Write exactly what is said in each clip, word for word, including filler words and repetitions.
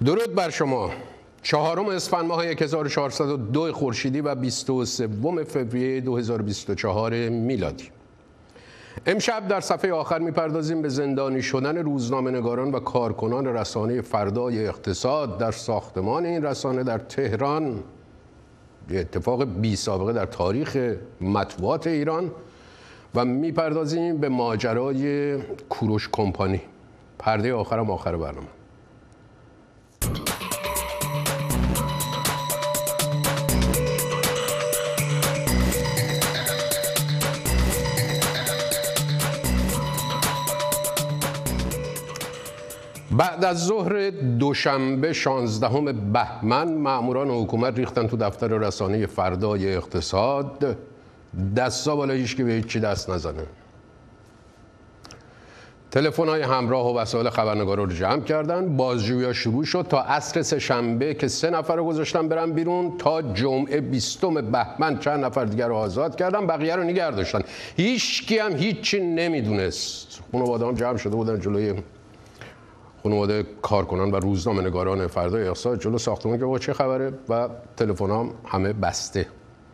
درود بر شما. چهارم اسفند ماه هزار و چهارصد و دو خورشیدی و بیست و سوم فوریه دو هزار و بیست و چهار میلادی. امشب در صفحه آخر میپردازیم به زندانی شدن روزنامه‌نگاران و کارکنان رسانه فردای اقتصاد در ساختمان این رسانه در تهران. یه اتفاق بی سابقه در تاریخ مطبوعات ایران. و میپردازیم به ماجرای کوروش کمپانی. پرده آخرم آخر برنامه. بعد از ظهر دوشنبه شانزدهم بهمن مأموران حکومت ریختن تو دفتر رسانه فردای اقتصاد. دستا بالا، هیچ که به هیچ چی دست نزنه. تلفن‌های همراه و وسایل خبرنگارا رو جمع کردن. بازجویی‌ها شروع شد تا عصر سه‌شنبه که سه نفر رو گذاشتن برن بیرون. تا جمعه بیستم بهمن چند نفر دیگر رو آزاد کردن، بقیه رو نگه داشتن. هیچ کی هم هیچی نمیدونست. خانواده هم جمع شده بودن جلوی خانواده کارکنان و روزنامه‌نگاران فردای اقتصاد جلو ساختمان که با چه خبره، و تلفن‌ها همه بسته.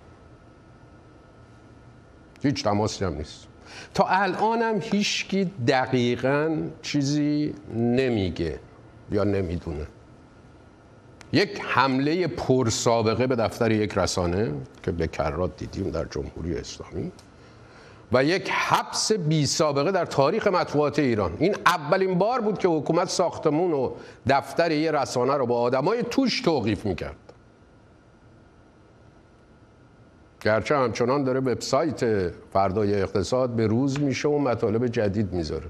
هیچ تماسی هم نیست. تا الان هم هیچکی دقیقاً چیزی نمیگه یا نمیدونه. یک حمله پرسابقه به دفتر یک رسانه که به کرات دیدیم در جمهوری اسلامی و یک حبس بی سابقه در تاریخ مطبوعات ایران. این اولین بار بود که حکومت ساختمون و دفتر یک رسانه رو با آدمای توش توقیف میکرد. گرچه همچنان داره وبسایت فردای اقتصاد به روز میشه و مطالب جدید میذاره.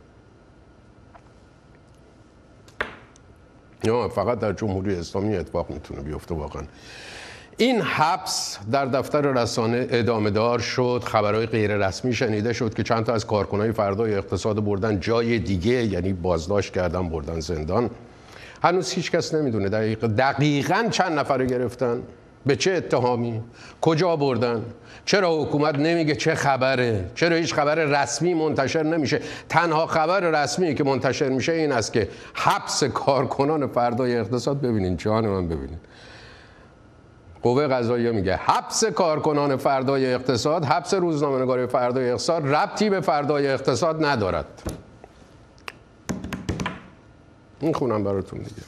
یا فقط در جمهوری اسلامی اتفاق میتونه بیفته واقعا. این حبس در دفتر رسانه ادامه دار شد. خبرهای غیر رسمی شنیده شد که چند تا از کارکنان فردای اقتصاد بردن جای دیگه، یعنی بازداشت کردن بردن زندان. هنوز هیچ کس نمیدونه دقیق دقیقاً چند نفر رو گرفتن، به چه اتهامی، کجا بردن، چرا حکومت نمیگه چه خبره، چرا هیچ خبر رسمی منتشر نمیشه. تنها خبر رسمی که منتشر میشه این است که حبس کارکنان فردای اقتصاد. ببینین جان من، ببینین قوه قضاییه میگه حبس کارکنان فردای اقتصاد، حبس روزنامه‌نگار فردای اقتصاد ربطی به فردای اقتصاد ندارد. این خونم براتون دیگه.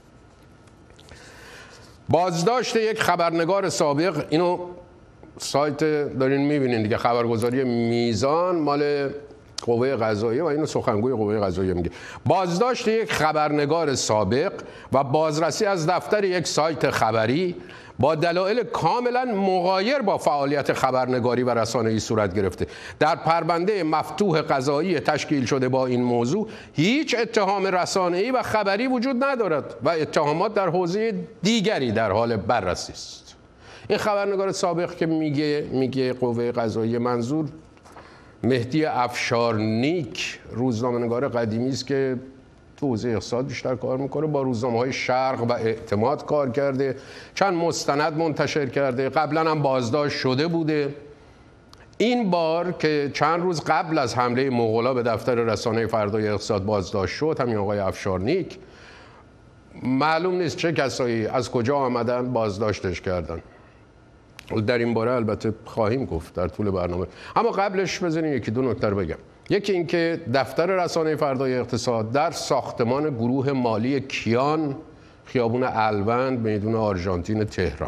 بازداشت یک خبرنگار سابق، اینو سایت دارین میبینین دیگه، خبرگزاری میزان مال قوه قضاییه و اینو سخنگوی قوه قضاییه میگه. بازداشت یک خبرنگار سابق و بازرسی از دفتر یک سایت خبری با دلایل کاملا مغایر با فعالیت خبرنگاری و رسانه‌ای صورت گرفته. در پرونده مفتوح قضایی تشکیل شده با این موضوع هیچ اتهام رسانه‌ای و خبری وجود ندارد و اتهامات در حوزه دیگری در حال بررسی است. این خبرنگار سابق که میگه میگه قوه قضاییه، منظور مهدی افشارنیک، روزنامه‌نگار قدیمی است که تو حوزه اقتصاد بیشتر کار میکنه. با روزنامه‌های شرق و اعتماد کار کرده، چند مستند منتشر کرده، قبلا هم بازداشت شده بوده. این بار که چند روز قبل از حمله مغولا به دفتر رسانه فردای اقتصاد بازداشت شد، همین آقای افشارنیک، معلوم نیست چه کسایی از کجا آمدن بازداشتش کردن. در این باره البته خواهیم گفت در طول برنامه، اما قبلش بذارین یکی دو نکته رو بگم. یکی اینکه دفتر رسانه فردای اقتصاد در ساختمان گروه مالی کیان، خیابون الوند، میدون آرژانتین، تهران.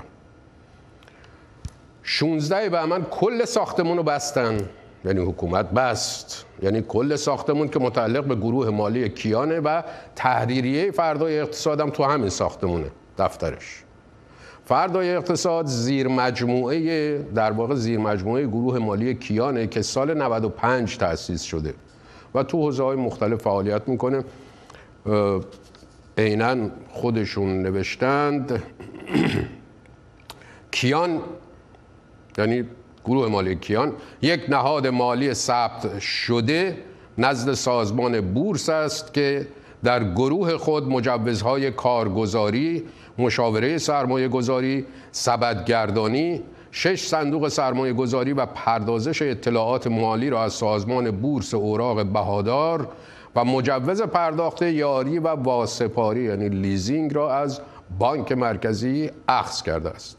شانزده بهمن کل ساختمون رو بستن، یعنی حکومت بست، یعنی کل ساختمون که متعلق به گروه مالی کیانه و تحریریه فردای اقتصاد هم تو همین ساختمونه دفترش. فردای اقتصاد زیر مجموعه، در واقع زیر مجموعه گروه مالی کیانه که سال نود و پنج تأسیس شده و تو حوزه‌های مختلف فعالیت میکنه. عیناً خودشون نوشتند کیان، یعنی گروه مالی کیان، یک نهاد مالی ثبت شده نزد سازمان بورس است که در گروه خود مجوزهای کارگزاری، مشاوره سرمایه گذاری، سبدگردانی، شش صندوق سرمایه گذاری و پردازش اطلاعات مالی را از سازمان بورس اوراق بهادار و مجوز پرداخت یاری و واسپاری یعنی لیزینگ را از بانک مرکزی اخذ کرده است.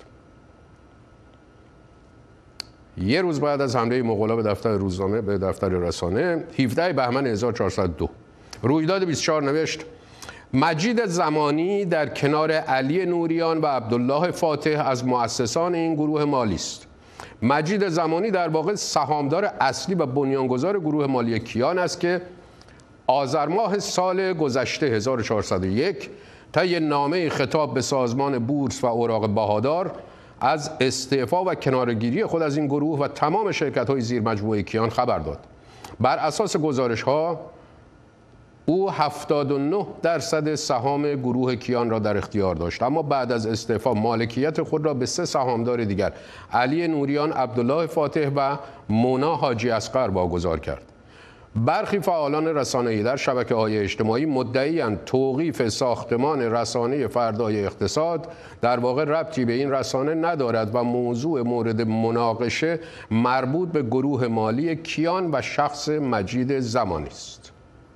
یه روز بعد از حمله مغول‌ها به دفتر روزنامه به دفتر رسانه هفدهم بهمن هزار و چهارصد و دو رویداد بیست و چهار نوشت: مجید زمانی در کنار علی نوریان و عبدالله فاتح از مؤسسان این گروه مالی است. مجید زمانی در واقع سهامدار اصلی و بنیانگذار گروه مالی کیان است که آذر ماه سال گذشته هزار و چهارصد و یک طی نامه خطاب به سازمان بورس و اوراق بهادار از استعفا و کنارگیری خود از این گروه و تمام شرکت‌های زیر مجموعه کیان خبر داد. بر اساس گزارش‌ها او هفتاد و نه درصد سهام گروه کیان را در اختیار داشت، اما بعد از استعفا مالکیت خود را به سه سهامدار دیگر علی نوریان، عبدالله فاتح و مونا حاجی اصغر واگذار کرد. برخی فعالان رسانه‌ای در شبکه‌های اجتماعی مدعی‌اند توقیف ساختمان رسانه فردای اقتصاد در واقع ربطی به این رسانه ندارد و موضوع مورد مناقشه مربوط به گروه مالی کیان و شخص مجید زمانی است.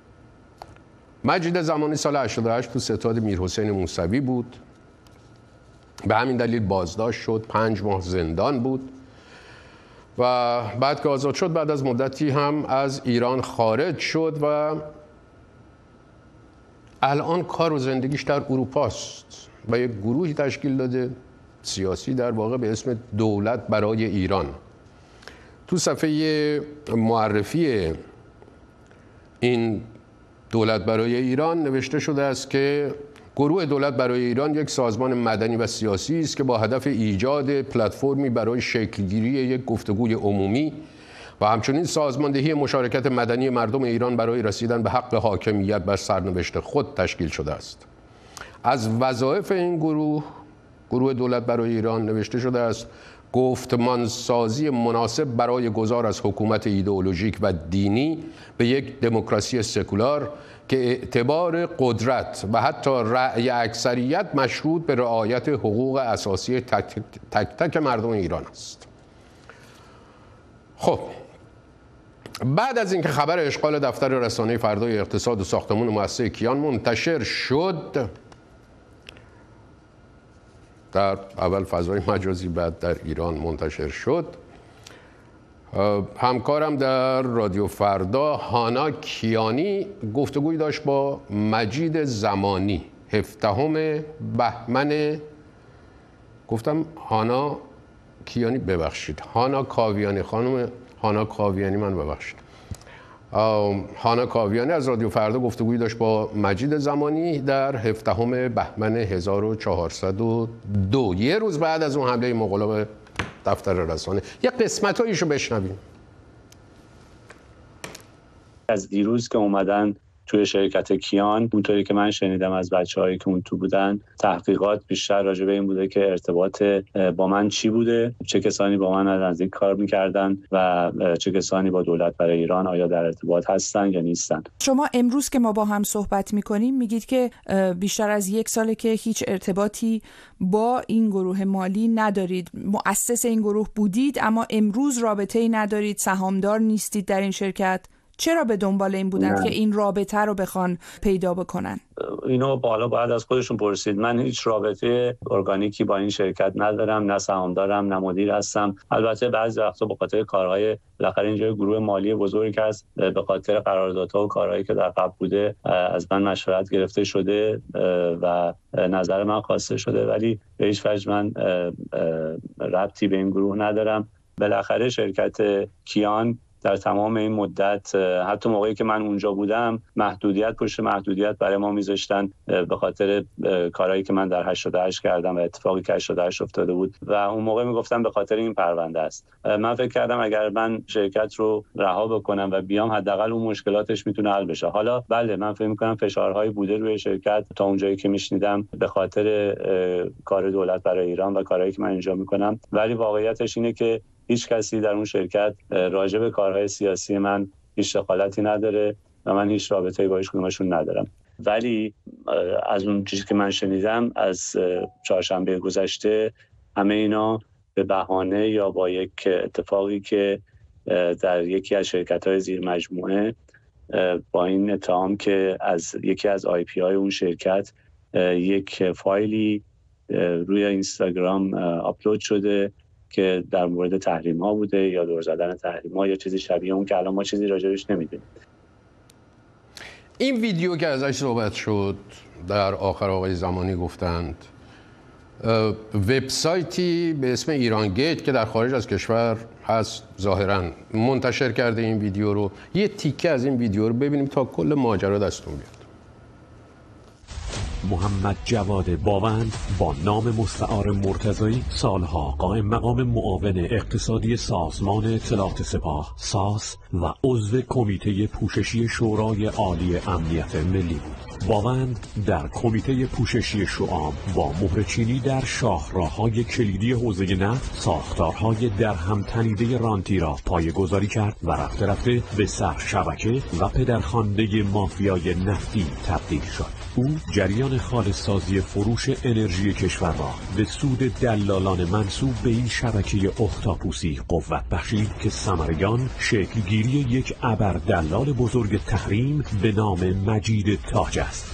مجید زمانی سال هشتاد و هشت تو ستاد میرحسین موسوی بود. به همین دلیل بازداشت شد، پنج ماه زندان بود و بعد که آزاد شد بعد از مدتی هم از ایران خارج شد و الان کار و زندگیش در اروپا است و یک گروهی تشکیل داده سیاسی در واقع به اسم دولت برای ایران. تو صفحه معرفی این دولت برای ایران نوشته شده است که گروه دولت برای ایران یک سازمان مدنی و سیاسی است که با هدف ایجاد پلتفرمی برای شکلگیری یک گفتگوی عمومی و همچنین سازماندهی مشارکت مدنی مردم ایران برای رسیدن به حق حاکمیت بر سرنوشت خود تشکیل شده است. از وظایف این گروه گروه دولت برای ایران نوشته شده است: گفتمانسازی مناسب برای گذار از حکومت ایدئولوژیک و دینی به یک دموکراسی سکولار که اعتبار قدرت و حتی رأی اکثریت مشروط به رعایت حقوق اساسی تک تک, تک, تک مردم ایران است. خب بعد از اینکه خبر اشغال دفتر رسانه فردای اقتصاد و ساختمان مؤسسه کیان منتشر شد، در اول فضای مجازی بعد در ایران منتشر شد، همکارم در رادیو فردا هانا کیانی گفتگوی داشت با مجید زمانی هفدهم بهمن گفتم هانا کیانی ببخشید هانا کاویانی خانم هانا کاویانی من ببخشید هانا کاویانی از رادیو فردا گفتگوی داشت با مجید زمانی در هفدهم بهمن هزار و چهارصد و دو، یه روز بعد از اون حمله مغول‌ها به دفتر رسانه. یه قسمت‌هایشو بشنویم. از دیروز که اومدن توی شرکت کیان، اونطوری که من شنیدم از بچه‌هایی که اون تو بودن، تحقیقات بیشتر راجع به این بوده که ارتباط با من چی بوده، چه کسانی با من از نزدیک کار می‌کردن و چه کسانی با دولت برای ایران آیا در ارتباط هستن یا نیستن. شما امروز که ما با هم صحبت می‌کنیم میگید که بیشتر از یک ساله که هیچ ارتباطی با این گروه مالی ندارید، مؤسس این گروه بودید اما امروز رابطه‌ای ندارید، سهامدار نیستید در این شرکت. چرا به دنبال این بودن نه. که این رابطه رو بخوان پیدا بکنن؟ اینو بالا باید از خودشون پرسید. من هیچ رابطه ارگانیکی با این شرکت ندارم، نه سهامدارم نه مدیر هستم. البته بعضی وقتا به خاطر کارهای بالاخره اینجا گروه مالی بزرگ هست، به خاطر قراردادها و کارهایی که در قبل بوده از من مشورت گرفته شده و نظر من خواسته شده، ولی به هیچ وجه من ربطی به این گروه ندارم. بالاخره شرکت کیان در تمام این مدت، حتی موقعی که من اونجا بودم، محدودیت پشت محدودیت برای ما میذاشتن به خاطر کارهایی که من در هشتاد و هشت کردم و اتفاقی که هشتاد و هشت افتاده بود و اون موقع میگفتم به خاطر این پرونده است. من فکر کردم اگر من شرکت رو رها بکنم و بیام حداقل اون مشکلاتش میتونه حل بشه. حالا بله من فکر میکنم فشارهایی بوده روی شرکت تا اونجایی که میشنیدم به خاطر کار دولت برای ایران و کارهایی که من اینجا میکنم، ولی واقعیتش اینه که هیچ کسی در اون شرکت راجع به کارهای سیاسی من هیچ دخالتی نداره و من هیچ رابطه‌ای با هیچ کدومشون ندارم. ولی از اون چیزی که من شنیدم از چهارشنبه گذشته، همه اینا به بهانه یا با یک اتفاقی که در یکی از شرکت‌های زیر مجموعه با این اتهام که از یکی از آی پی های اون شرکت یک فایلی روی اینستاگرام آپلود شده که در مورد تحریم ها بوده یا دور زدن تحریم ها یا چیزی شبیه اون که الان ما چیزی راجعش نمیدونیم. این ویدیو که ازش صحبت شد در آخر آقای زمانی گفتند وبسایتی به اسم ایران گیت که در خارج از کشور هست ظاهراً منتشر کرده این ویدیو رو. یه تیکه از این ویدیو رو ببینیم تا کل ماجرا دستون بیاد. محمد جواد باوند با نام مستعار مرتضایی سالها قائم مقام معاون اقتصادی سازمان اطلاعات سپاه ساس و عضو کمیته پوششی شورای عالی امنیت ملی بود. باوند در کمیته پوششی شعام با مهرچینی در شاهراه‌های کلیدی حوزه نفت ساختارهای در هم تنیده رانتی را پایه‌گذاری کرد و رفته رفته به سرشبکه و پدرخوانده مافیای نفتی تبدیل شد. او جریان خالص‌سازی فروش انرژی کشور را به سود دلالان منسوب به این شبکه اختاپوسی قوت بخشید که ثمرگان شکلگیری یک ابر دلال بزرگ تحریم به نام مجید تاج است.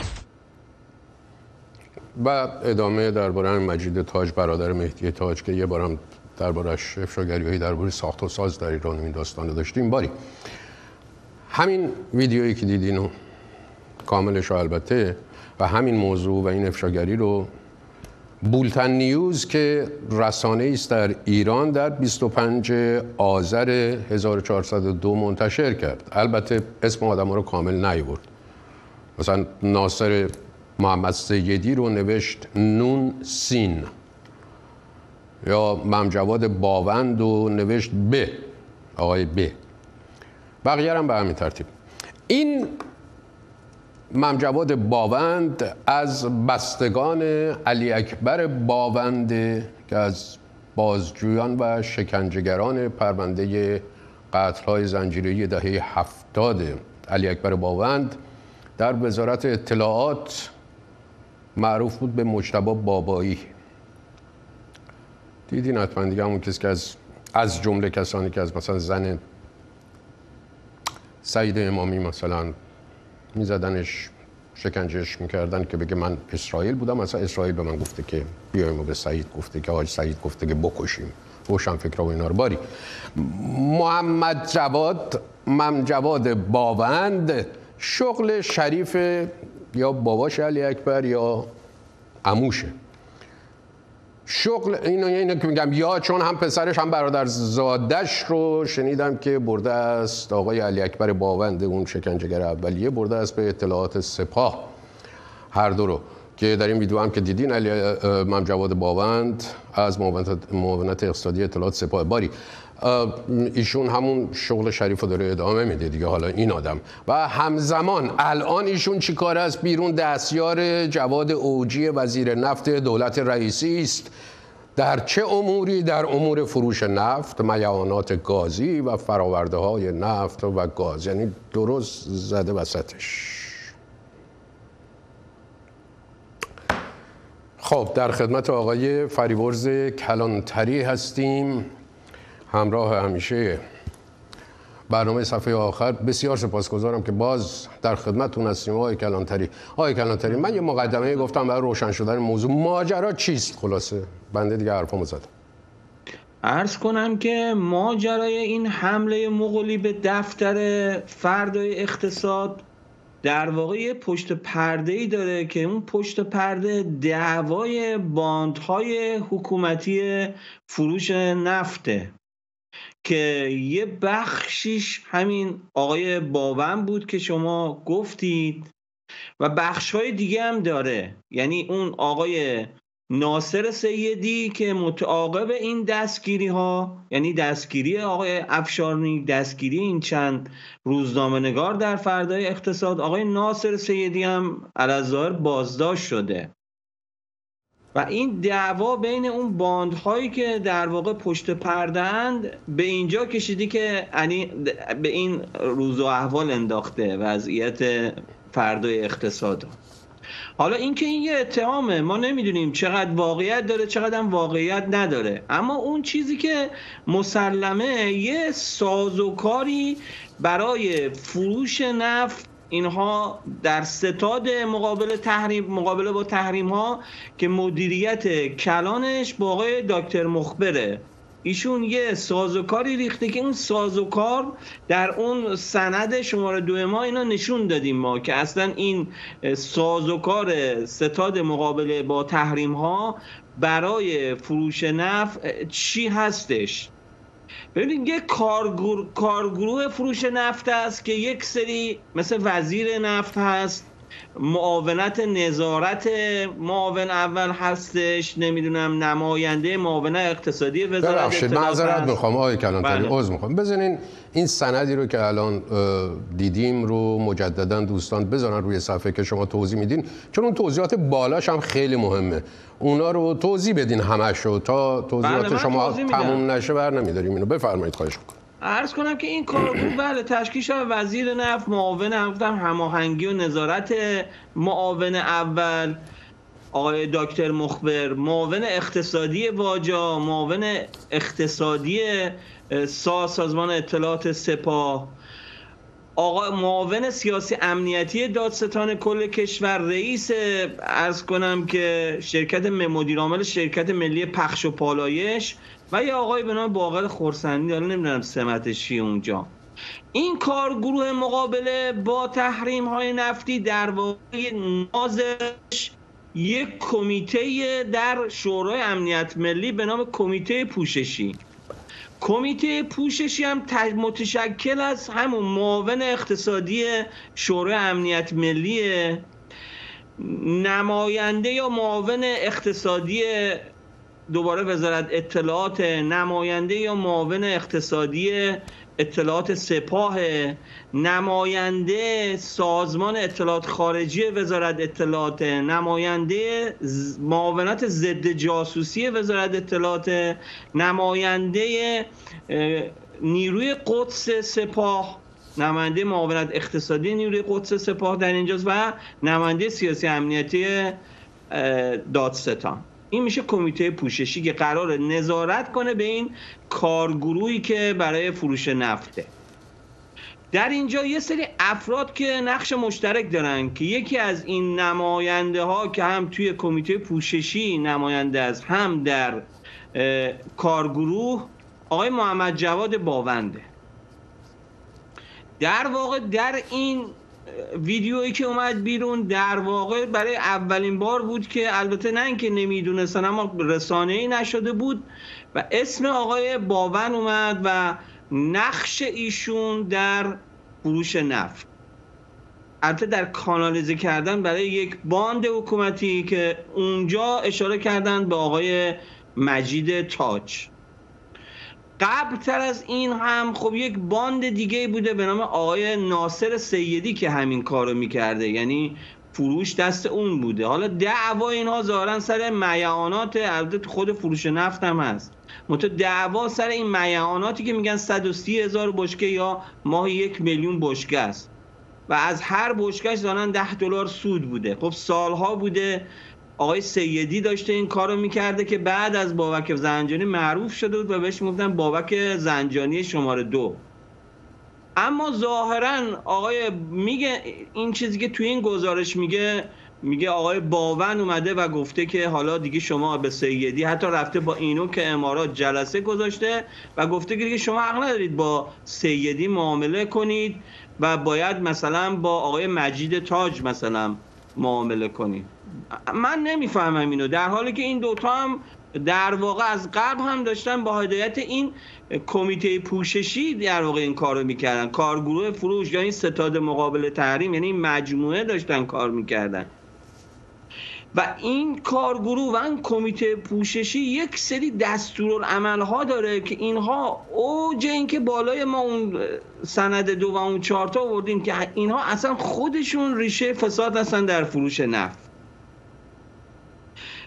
و ادامه درباره مجید تاج برادر مهدی تاج که یه بارم دربارش افشاگری‌هایی درباره ساخت و ساز در ایران این داستان داشتیم. باری همین ویدیویی که دیدین و کاملش رو البته و همین موضوع و این افشاگری رو بولتن نیوز که رسانه است در ایران در بیست و پنجم آذر هزار و چهارصد و دو منتشر کرد. البته اسم آدم رو کامل نیاورد. مثلا ناصر محمد سیدی رو نوشت نون سین یا ممجواد باوند رو نوشت ب آقای ب، بقیه هم به همین ترتیب. این ممجواد باوند از بستگان علی اکبر باوند که از بازجویان و شکنجهگران پرونده قتل‌های زنجیره‌ای دهه هفتاد علی اکبر باوند در وزارت اطلاعات معروف بود به مجتبی بابایی. دیدین حتما دیگه، همون کسی که از از جمله کسانی که از مثلا زن سعید امامی مثلا میزدنش شکنجهش میکردن که بگه من اسرائیل بودم، مثلا اسرائیل به من گفته که بیایم و به سعید گفته که آج سعید گفته که بکشیم روشن فکرها و اینا رو. باری محمد جواد ممجواد باوند شغل شریف یا باباش علی اکبر یا عموشه. شغل اینو اینو که میگم یا چون هم پسرش هم برادر زادش رو شنیدم که برده است آقای علی اکبر باوند اون شکنجهگر اولیه برده است به اطلاعات سپاه، هر دو رو که در این ویدیو هم که دیدین علی ممجواد باوند از معاونت اقتصادی اطلاعات سپاه. باری ایشون همون شغل شریف رو داره ادامه میده دیگه. حالا این آدم و همزمان الان ایشون چی کار است؟ بیرون دستیار جواد اوجی وزیر نفت دولت رئیسی است. در چه اموری؟ در امور فروش نفت، میعانات گازی و فراورده های نفت و گاز. یعنی درست زده وسطش. خب در خدمت آقای فریورز کلانتری هستیم، همراه همیشه برنامه صفحه آخر. بسیار سپاسگزارم که باز در خدمتتون هستیم آقای کلانتری. آقای کلانتری من یه مقدمه گفتم برای روشن شدن موضوع. ماجرا چیست خلاصه؟ بنده دیگه حرفامو زدم. عرض کنم که ماجرای این حمله مغولی به دفتر فردای اقتصاد در واقع پشت پرده‌ای داره که اون پشت پرده دعوای باندهای حکومتی فروش نفته که یه بخشیش همین آقای باوند بود که شما گفتید و بخش‌های دیگه هم داره. یعنی اون آقای ناصر سیدی که متعاقب این دستگیری ها، یعنی دستگیری آقای افشارنی، دستگیری این چند روزنامه‌نگار در فردای اقتصاد، آقای ناصر سیدی هم الظاهر بازداشت شده و این دعوا بین اون باندهایی که در واقع پشت پرده اند به اینجا کشیدی که یعنی به این روز و احوال انداخته وضعیت فردای اقتصاد. حالا اینکه این یه اتهامه، ما نمیدونیم چقدر واقعیت داره چقدر هم واقعیت نداره، اما اون چیزی که مسلمه یه سازوکاری برای فروش نفت اینها در ستاد مقابل تحریم مقابله با تحریم ها که مدیریت کلانش با آقای دکتر مخبره، ایشون یه سازوکاری ریخته که اون سازوکار در اون سند شماره دو ما اینا نشون دادیم ما که اصلا این سازوکار ستاد مقابله با تحریم ها برای فروش نفت چی هستش. ببینید یه کارگرو... کارگروه فروش نفت است که یک سری مثل وزیر نفت هست، معاونت نظارت معاون اول هستش، نمیدونم نماینده معاون اقتصادی وزارت ببخشید معذرت میخوام آقای کلانتری، عذر میخوام. بزنین این سندی رو که الان دیدیم رو مجددا دوستان بذارن روی صفحه که شما توضیح میدین، چون اون توضیحات بالاش هم خیلی مهمه، اونا رو توضیح بدین همشو تا توضیحات شما تموم نشه بر نمیداریم اینو. بفرمایید خواهش میکنم. عرض کنم که این کارگروه بله تشکیل شده وزیر نفت، معاون هماهنگی و نظارت معاون اول آقای دکتر مخبر، معاون اقتصادی واجا، معاون اقتصادی سا سازمان اطلاعات سپاه، آقا معاون سیاسی امنیتی دادستان کل کشور، رئیس عرض کنم که شرکت مدیر عامل شرکت ملی پخش و پالایش و یه آقای به نام باقر خرسندی، حالا نمیدونم سمتش چیه اونجا. این کارگروه مقابله با تحریم های نفتی در واقع نازش یک کمیته در شورای امنیت ملی به نام کمیته پوششی. کمیته پوششی هم متشکل از همون معاون اقتصادی شورای امنیت ملی، نماینده یا معاون اقتصادی دوباره وزارت اطلاعات، نماینده یا معاون اقتصادی اطلاعات سپاه، نماینده سازمان اطلاعات خارجی وزارت اطلاعات، نماینده معاونت ضد جاسوسی وزارت اطلاعات، نماینده نیروی قدس سپاه، نماینده معاونت اقتصادی نیروی قدس سپاه در اینجاست و نماینده سیاسی امنیتی دادستان. این میشه کمیته پوششی که قراره نظارت کنه به این کارگروهی که برای فروش نفته. در اینجا یه سری افراد که نقش مشترک دارن که یکی از این نماینده ها که هم توی کمیته پوششی نماینده است هم در کارگروه آقای محمد جواد باونده. در واقع در این ویدیویی که اومد بیرون در واقع برای اولین بار بود که البته نه اینکه نمیدونستن اما رسانه‌ای نشده بود و اسم آقای باون اومد و نقش ایشون در فروش نفت، البته در کانالیزه کردن برای یک باند حکومتی که اونجا اشاره کردن به آقای مجید تاج. قبل تر از این هم خب یک باند دیگه بوده به نام آقای ناصر سیدی که همین کارو میکرده، یعنی فروش دست اون بوده. حالا دعوا اینها ظاهرا سر میعانات، البته خود فروش نفت هم هست، منتها دعوا سر این میعاناتی که میگن صد و سی هزار بشکه یا ماه یک میلیون بشکه است و از هر بشکهش ظاهرا ده دلار سود بوده. خب سالها بوده آقای سیدی داشته این کارو میکرده که بعد از بابک زنجانی معروف شده بود و بهش میگفتن بابک زنجانی شماره دو. اما ظاهرا آقای میگه این چیزی که توی این گزارش میگه میگه آقای باون اومده و گفته که حالا دیگه شما به سیدی، حتی رفته با اینو که امارات جلسه گذاشته و گفته که دیگه شما حق ندارید با سیدی معامله کنید و باید مثلا با آقای مجید تاج مثلا معامله کنید. من نمیفهمم اینو، در حالی که این دوتا هم در واقع از قبل هم داشتن با هدایت این کمیته پوششی در واقع این کارو میکردن، کارگروه فروش یا این ستاد مقابل تحریم، یعنی مجموعه داشتن کار میکردن و این کارگروه و این کمیته پوششی یک سری دستورالعمل‌ها داره که اینها اوج این که بالای ما اون سند دو و اون چهار تا آوردیم که اینها اصلا خودشون ریشه فساد هستن در فروش نفت.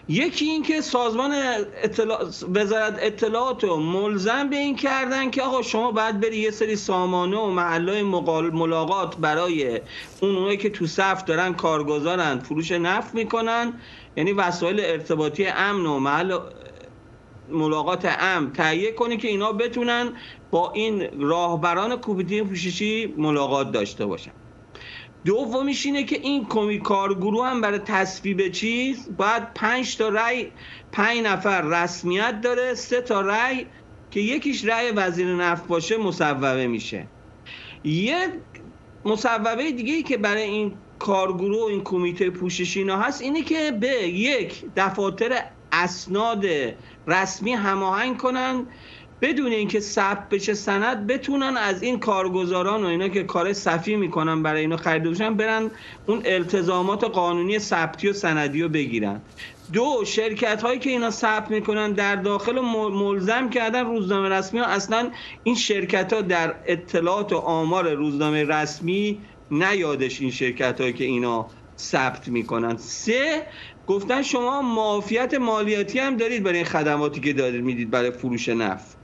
یکی این که سازمان اطلاع... وزارت اطلاعات رو ملزم به این کردن که آقا شما باید بری یه سری سامانه و محلهای مقال... ملاقات برای اونایی که تو صف دارن کارگزارن فروش نفت میکنن، یعنی وسایل ارتباطی امن و محل ملاقات امن تهیه کنی که اینا بتونن با این راهبران کمیته پوششی ملاقات داشته باشن. دومیش اینه که این کمی کارگروه هم برای تصویب چیز باید پنج تا رأی، پنج نفر رسمیت داره، سه تا رأی که یکیش رأی وزیر نفت باشه مصوبه میشه. یه مصوبه دیگه ای که برای این کارگروه و این کمیته پوششی اینا هست اینه که به یک دفاتر اسناد رسمی هماهنگ کنن بدون اینکه ثبت بشه سند، بتونن از این کارگزاران و اینا که کار صفی میکنن برای اینا خریده باشن برن اون التزامات قانونی ثبتی و سندی رو بگیرن. دو، شرکت هایی که اینا ثبت میکنن در داخل ملزم کردن روزنامه رسمی ها اصلا این شرکت ها در اطلاعات و آمار روزنامه رسمی نیادش این شرکت هایی که اینا ثبت میکنن. سه، گفتن شما معافیت مالیاتی هم دارید برای این خدماتی که دارید میدید برای فروش نفت.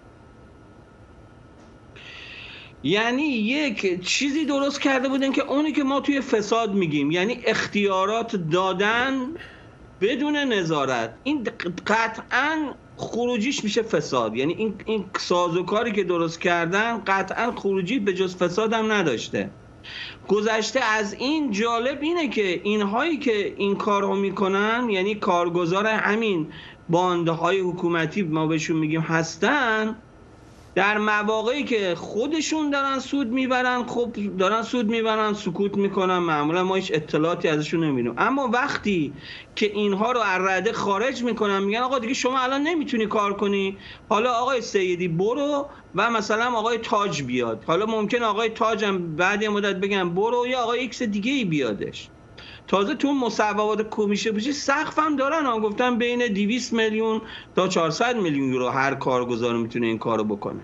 یعنی یک چیزی درست کرده بودن که اونی که ما توی فساد میگیم، یعنی اختیارات دادن بدون نظارت. این قطعاً خروجیش میشه فساد. یعنی این این سازوکاری که درست کردن قطعاً خروجی به جز فساد هم نداشته. گذشته از این جالب اینه که اینهایی که این کارو میکنن، یعنی کارگزار همین باندهای حکومتی ما بهشون میگیم هستن، در مواقعی که خودشون دارن سود میبرن خب دارن سود میبرن سکوت میکنن، معمولا ما هیچ اطلاعاتی ازشون نمیبینیم. اما وقتی که اینها رو از رده خارج میکنن میگن آقا دیگه شما الان نمیتونی کار کنی، حالا آقای سیدی برو و مثلا آقای تاج بیاد، حالا ممکن آقای تاج هم بعد یه مدت بگن برو یا آقای ایکس دیگه ای بیادش. تازه تو مصوبات کمیشه بشه سقف هم دارن، هم گفتن بین دویست میلیون تا چهارصد میلیون یورو هر کارگزار میتونه این کارو بکنه.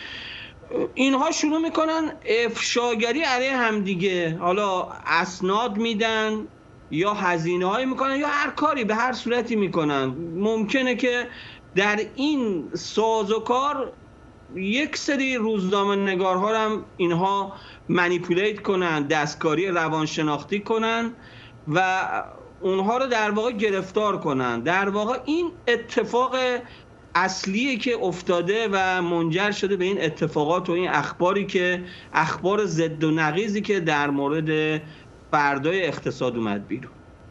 اینها شروع میکنن افشاگری علیه همدیگه، حالا اسناد میدن یا هزینه هایی میکنن یا هر کاری به هر صورتی میکنن. ممکنه که در این سازوکار یک سری روزنامه نگارها هم اینها منیپولیت کنن، دستکاری روانشناختی کنن و اونها رو در واقع گرفتار کنن. در واقع این اتفاق اصلیه که افتاده و منجر شده به این اتفاقات و این اخباری که اخبار ضد و نقیضی که در مورد فردای اقتصاد اومد بیرون.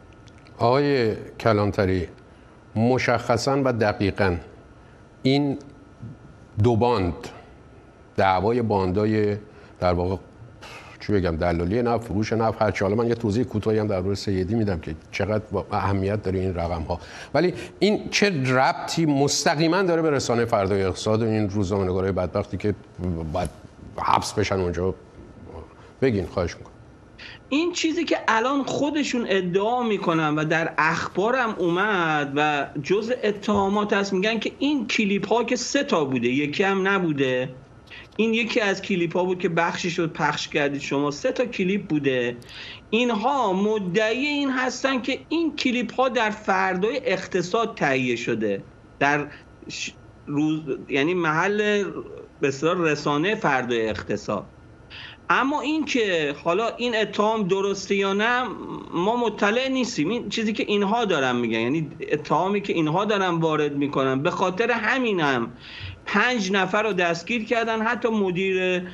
آقای کلانتری، مشخصاً و دقیقاً این دو باند، دعوای باندای در واقع چی بگم دلالی نفت، فروش نفت، هرچی، حالا من یه توضیح کوتاهی هم در مورد سیدی میدم که چقدر اهمیت داره این رقم ها، ولی این چه ربطی مستقیما داره به رسانه فردای اقتصاد و این روزنامه‌نگارای بدبختی که باید حبس بشن اونجا؟ بگین خواهش میکنم. این چیزی که الان خودشون ادعا میکنن و در اخبارم اومد و جزء اتهامات هست، میگن که این کلیپ ها که سه تا بوده، یکی هم نبوده، این یکی از کلیپ ها بود که بخشی شد پخش کردید شما، سه تا کلیپ بوده. اینها مدعی این هستن که این کلیپ ها در فردای اقتصاد تهیه شده، در روز یعنی محل به اصطلاح رسانه فردای اقتصاد. اما این که حالا این اتهام درسته یا نه ما مطلع نیستیم. این چیزی که اینها دارن میگن، یعنی اتهامی که اینها دارن وارد میکنن، به خاطر همینم پنج نفر رو دستگیر کردن، حتی مدیر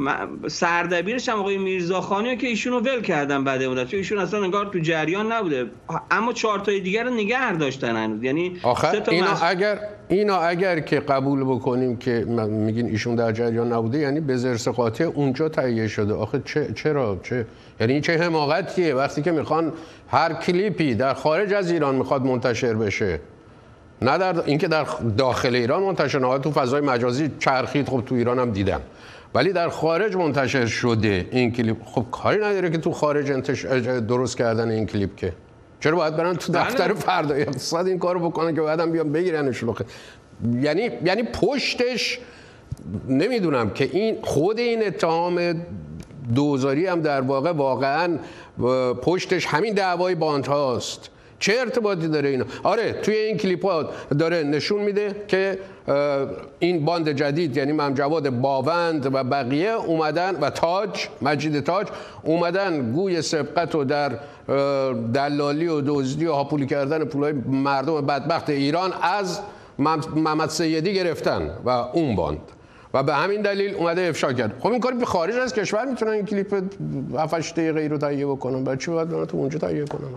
سردبیرش هم آقای میرزاخانی که ایشونو ول کردن بعد مدت، چون ایشون اصلا انگار تو جریان نبوده، اما چهار تای دیگر رو نگه داشتن هنوز. یعنی آخر اینا مس... اگر اینا اگر که قبول بکنیم که میگین ایشون در جریان نبوده، یعنی به زرس قاطع اونجا تهیه شده. آخه چه چرا چه یعنی چه حماقتیه وقتی که میخوان هر کلیپی در خارج از ایران میخواد منتشر بشه، نه در اینکه در داخل ایران منتشر نه، تو فضای مجازی چرخید، خب تو ایران هم دیدم، ولی در خارج منتشر شده این کلیپ. خب کاری نداره که تو خارج انتش... درست کردن این کلیپ، که چرا باید برن تو دفتر فردای اقتصاد این کارو بکنن که بعدم بیان بگیرنشون؟ یعنی یعنی پشتش نمیدونم که این خود این اتهام دوزاری هم در واقع واقعا پشتش همین دعوای باند هاست. چه ارتباطی داره اینا؟ آره توی این کلیپ ها داره نشون میده که این باند جدید یعنی ممجواد باوند و بقیه اومدن و تاج مجید تاج اومدن گوی سبقت و در دلالی و دزدی و هاپولی کردن پولای مردم بدبخت ایران از محمد سیدی گرفتن و اون باند و به همین دلیل اومده افشا کرد. خب این کاری به خارج از کشور میتونن این کلیپ هفت هشت دقیقه‌ای رو تهیه بکنن، برای چی باید اون تو اونجا تهیه کنن؟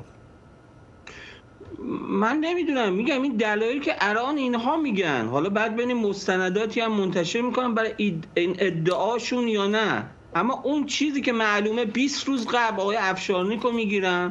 من نمیدونم، میگم این دلایلی که الان اینها میگن، حالا بعد ببینیم مستنداتی هم منتشر میکنن برای این ادعاشون یا نه، اما اون چیزی که معلومه بیست روز قبل آقای افشارنیک رو میگیرن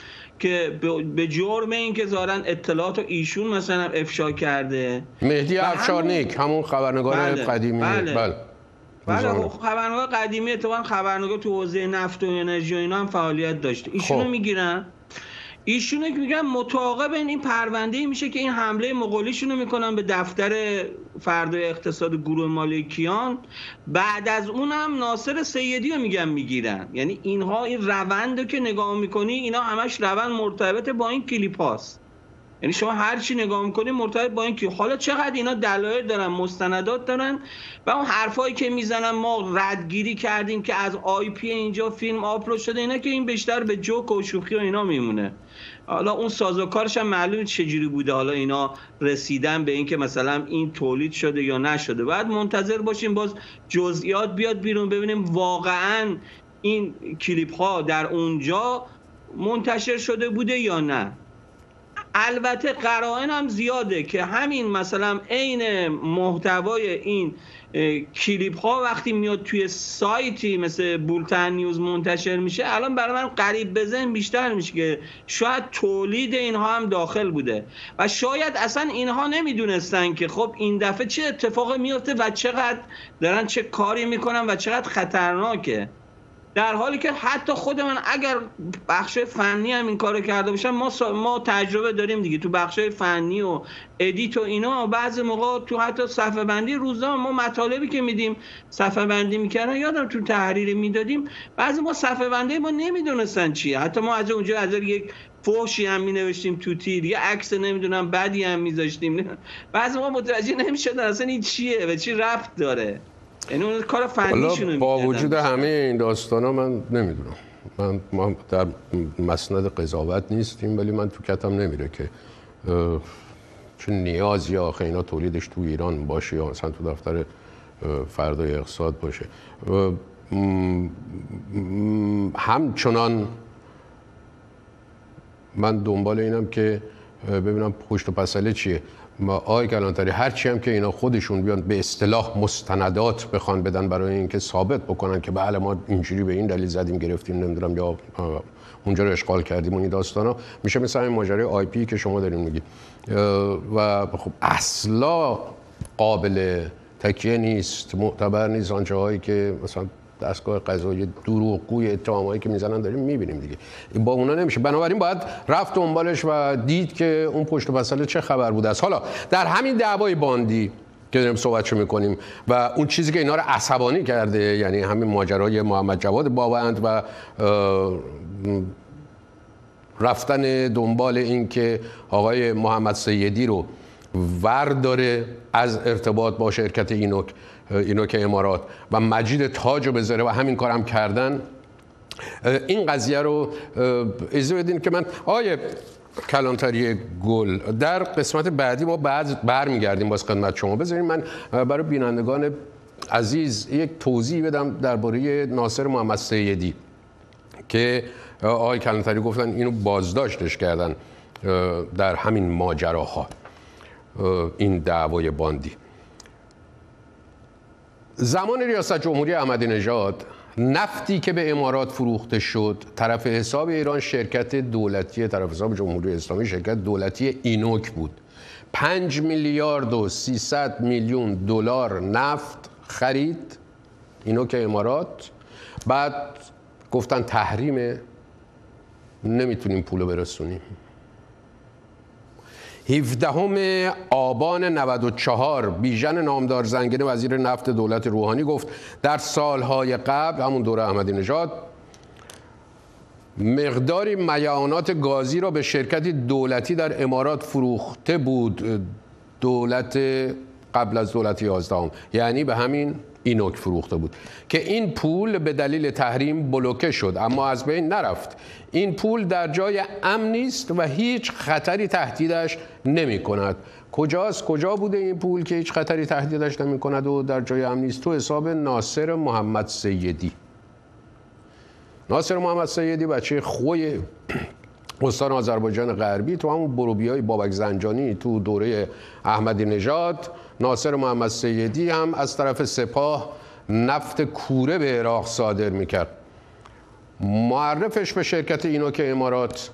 که به جرم این که ظاهرا اطلاعات ایشون مثلا افشا کرده. مهدی افشارنیک همون, همون خبرنگار بله قدیمی بله بله, بله. خبرنگار قدیمی اتفاقا خبرنگار تو حوزه نفت و انرژی و اینا هم فعالیت داشته. ایشونو خب. میگیرن ایشونه که میگن متعاقب این پرونده میشه که این حمله مغولیشونو میکنن به دفتر فردای اقتصاد گروه مالی کیان، بعد از اونم ناصر سیدی رو میگن میگیرن. یعنی اینها این روند رو که نگاه میکنی اینا همش روند مرتبط با این کلیپ هاست. یعنی شما هر چی نگاه میکنی مرتبط با این کلیپ. حالا چقدر اینا دلایل دارن، مستندات دارن و اون حرفایی که میزنن ما ردگیری کردیم که از آی پی اینجا فیلم آپلود شده، اینا که این بیشتر به جوک و شوخی و اینا میمونه. حالا اون سازوکارش هم معلومه چجوری بوده، حالا اینا رسیدن به این که مثلا این تولید شده یا نشده. بعد منتظر باشیم باز جزئیات بیاد بیرون ببینیم واقعا این کلیپ ها در اونجا منتشر شده بوده یا نه. البته قرائن هم زیاده که همین مثلا عین محتوای این کلیپ ها وقتی میاد توی سایتی مثل بولتن نیوز منتشر میشه، الان برای من قریب به ذهن بیشتر میشه که شاید تولید اینها هم داخل بوده و شاید اصلا اینها نمیدونستن که خب این دفعه چه اتفاقی میفته و چقدر دارن چه کاری میکنن و چقدر خطرناکه. در حالی که حتی خود من اگر بخش فنی هم این کارو کرده باشم، ما ما تجربه داریم دیگه تو بخش فنی و ادیت و اینا، بعضی موقع تو حتی صفحه بندی روزنامه ما مطالبی که میدیم صفحه بندی میکردن، یادم تو تحریری میدادیم بعضی ما صفحه بندی ما نمیدونستن چیه، حتی ما از اونجا از یک فوشی هم مینوشتیم تو تیر، یه عکس نمیدونم بعدی هم میذاشتیم، بعضی ما متوجه نمیشدن اصلا این چیه و چی ربط داره. یعنی اون کار فنیشونه. با وجود همه این داستانا من نمیدونم، من ما در مسند قضاوت نیستیم ولی من تو کتم نمیره که چون نیاز یا آخه اینا تولیدش تو ایران باشه یا مثلا تو دفتر فردای اقتصاد باشه. همچنان من دنبال اینم که ببینم پشت و پسله چیه. ما آقای کلانتری هرچی هم که اینا خودشون بیان به اصطلاح مستندات بخوان بدن برای اینکه ثابت بکنن که بله ما اینجوری به این دلیل زدیم گرفتیم نمیدونم یا اونجا رو اشغال کردیم و این داستانا، میشه مثلا این ماجرای آی پی که شما دارین میگید و خب اصلا قابل تکیه نیست، معتبر نیست. آنچه هایی که مثلا دستگاه قضایی دروغگوی اتهامایی که میزنن داریم میبینیم دیگه، با اونا نمیشه. بنابراین باید رفت دنبالش و دید که اون پشت پسله چه خبر بوده است. حالا در همین دعوای باندی که داریم صحبتشو میکنیم و اون چیزی که اینا رو عصبانی کرده، یعنی همین ماجرای محمد جواد باوند و رفتن دنبال این که آقای محمد سیدی رو ورداره از ارتباط با شرکت اینوک اینوک امارات و مجید تاج رو بذاره و همین کارم کردن. این قضیه رو اجازه بدین که من آقای کلانتری گل در قسمت بعدی ما بعد برمیگردیم باز خدمت شما. بذارین من برای بینندگان عزیز یک توضیح بدم درباره ناصر محمد سیدی که آقای کلانتری گفتن اینو بازداشتش کردن در همین ماجراها، این دعوای باندی. زمان ریاست جمهوری احمدی نژاد نفتی که به امارات فروخته شد طرف حساب ایران شرکت دولتی، طرف حساب جمهوری اسلامی شرکت دولتی اینوک بود. پنج میلیارد و سیصد میلیون دلار نفت خرید اینوک امارات، بعد گفتن تحریمه نمیتونیم پولو برسونیم. هفدهم آبان نود و چهار بیژن نامدار زنگنه وزیر نفت دولت روحانی گفت در سالهای قبل همون دوره احمدی نژاد مقداری میعانات گازی را به شرکتی دولتی در امارات فروخته بود، دولت قبل از دولت یازدهم، یعنی به همین اینوک فروخته بود که این پول به دلیل تحریم بلوکه شد اما از بین نرفت. این پول در جای امنی است و هیچ خطری تهدیدش نمی کند. کجاست؟ کجا بوده این پول که هیچ خطری تهدیدش نمی کند و در جای امنی است؟ تو حساب ناصر محمد سیدی. ناصر محمد سیدی بچه خوی استان آذربایجان غربی، تو همون بروبیای بابک زنجانی تو دوره احمدی نژاد. ناصر محمد سیدی هم از طرف سپاه نفت کوره به عراق صادر میکرد. معرفش به شرکت اینوک امارات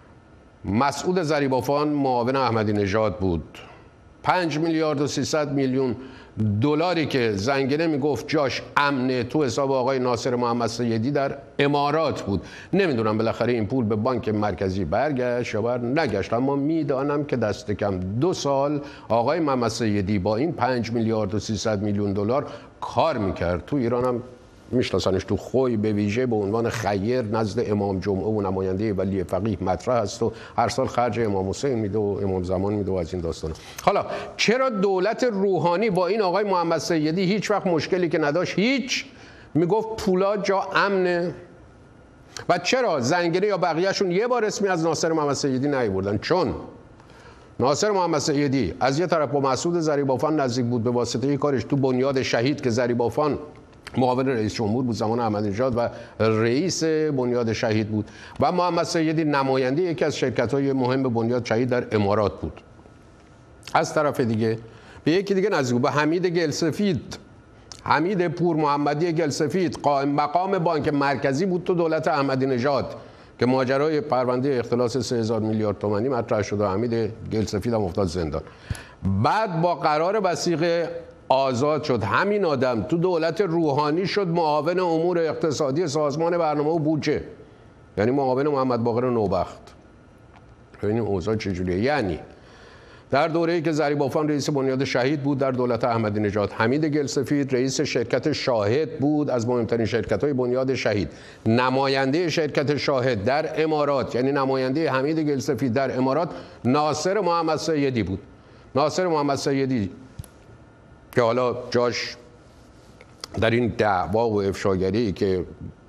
مسعود ضریبافان معاون احمدی نژاد بود. پنج میلیارد و سیصد میلیون دلاری که زنگنه میگفت جاش امنه تو حساب آقای ناصر محمد سیدی در امارات بود. نمیدونم بالاخره این پول به بانک مرکزی برگشت یا بر نگشت، اما میدانم که دست کم دو سال آقای محمد سیدی با این پنج میلیارد و سیصد میلیون دلار کار میکرد. تو ایران هم میشناسنش، تو خوی به ویژه به عنوان خیر نزد امام جمعه و نماینده ولی فقیه مطرح است و هر سال خرج امام حسین میده و امام زمان میده و از این داستانا. حالا چرا دولت روحانی با این آقای محمد سیدی هیچ وقت مشکلی که نداشت، هیچ، میگفت پولا جا امنه، و چرا زنگنه یا بقیهشون یه بار اسمی از ناصر محمد سیدی نیاوردن؟ چون ناصر محمد سیدی از یه طرف با مسعود ضریبافان نزدیک بود به واسطه کارش تو بنیاد شهید که ضریبافان معاون رئیس جمهور بود زمان احمدی نژاد و رئیس بنیاد شهید بود، و محمد سیدی نماینده یکی از شرکت‌های مهم بنیاد شهید در امارات بود. از طرف دیگه به یکی دیگه نزدیک، به حمید گلسفید، حمید پور محمدی گلسفید، قائم مقام بانک مرکزی بود تو دولت احمدی نژاد که ماجرای پرونده اختلاس سه هزار میلیارد تومانی مطرح شد و حمید گلسفید هم افتاد زندان. بعد با قرار وثیقه آزاد شد. همین آدم تو دولت روحانی شد معاون امور اقتصادی سازمان برنامه و بودجه، یعنی معاون محمد باقر نوبخت. ببینیم اوضاع چجوریه. یعنی در دوره‌ای که ضریبافان رئیس بنیاد شهید بود در دولت احمدی نژاد، حمید گلسفید رئیس شرکت شاهد بود، از مهمترین شرکت‌های بنیاد شهید، نماینده شرکت شاهد در امارات، یعنی نماینده حمید گلسفید در امارات ناصر محمد سیدی بود. ناصر محمد سیدی که حالا جاش در این دعوا و افشاگری که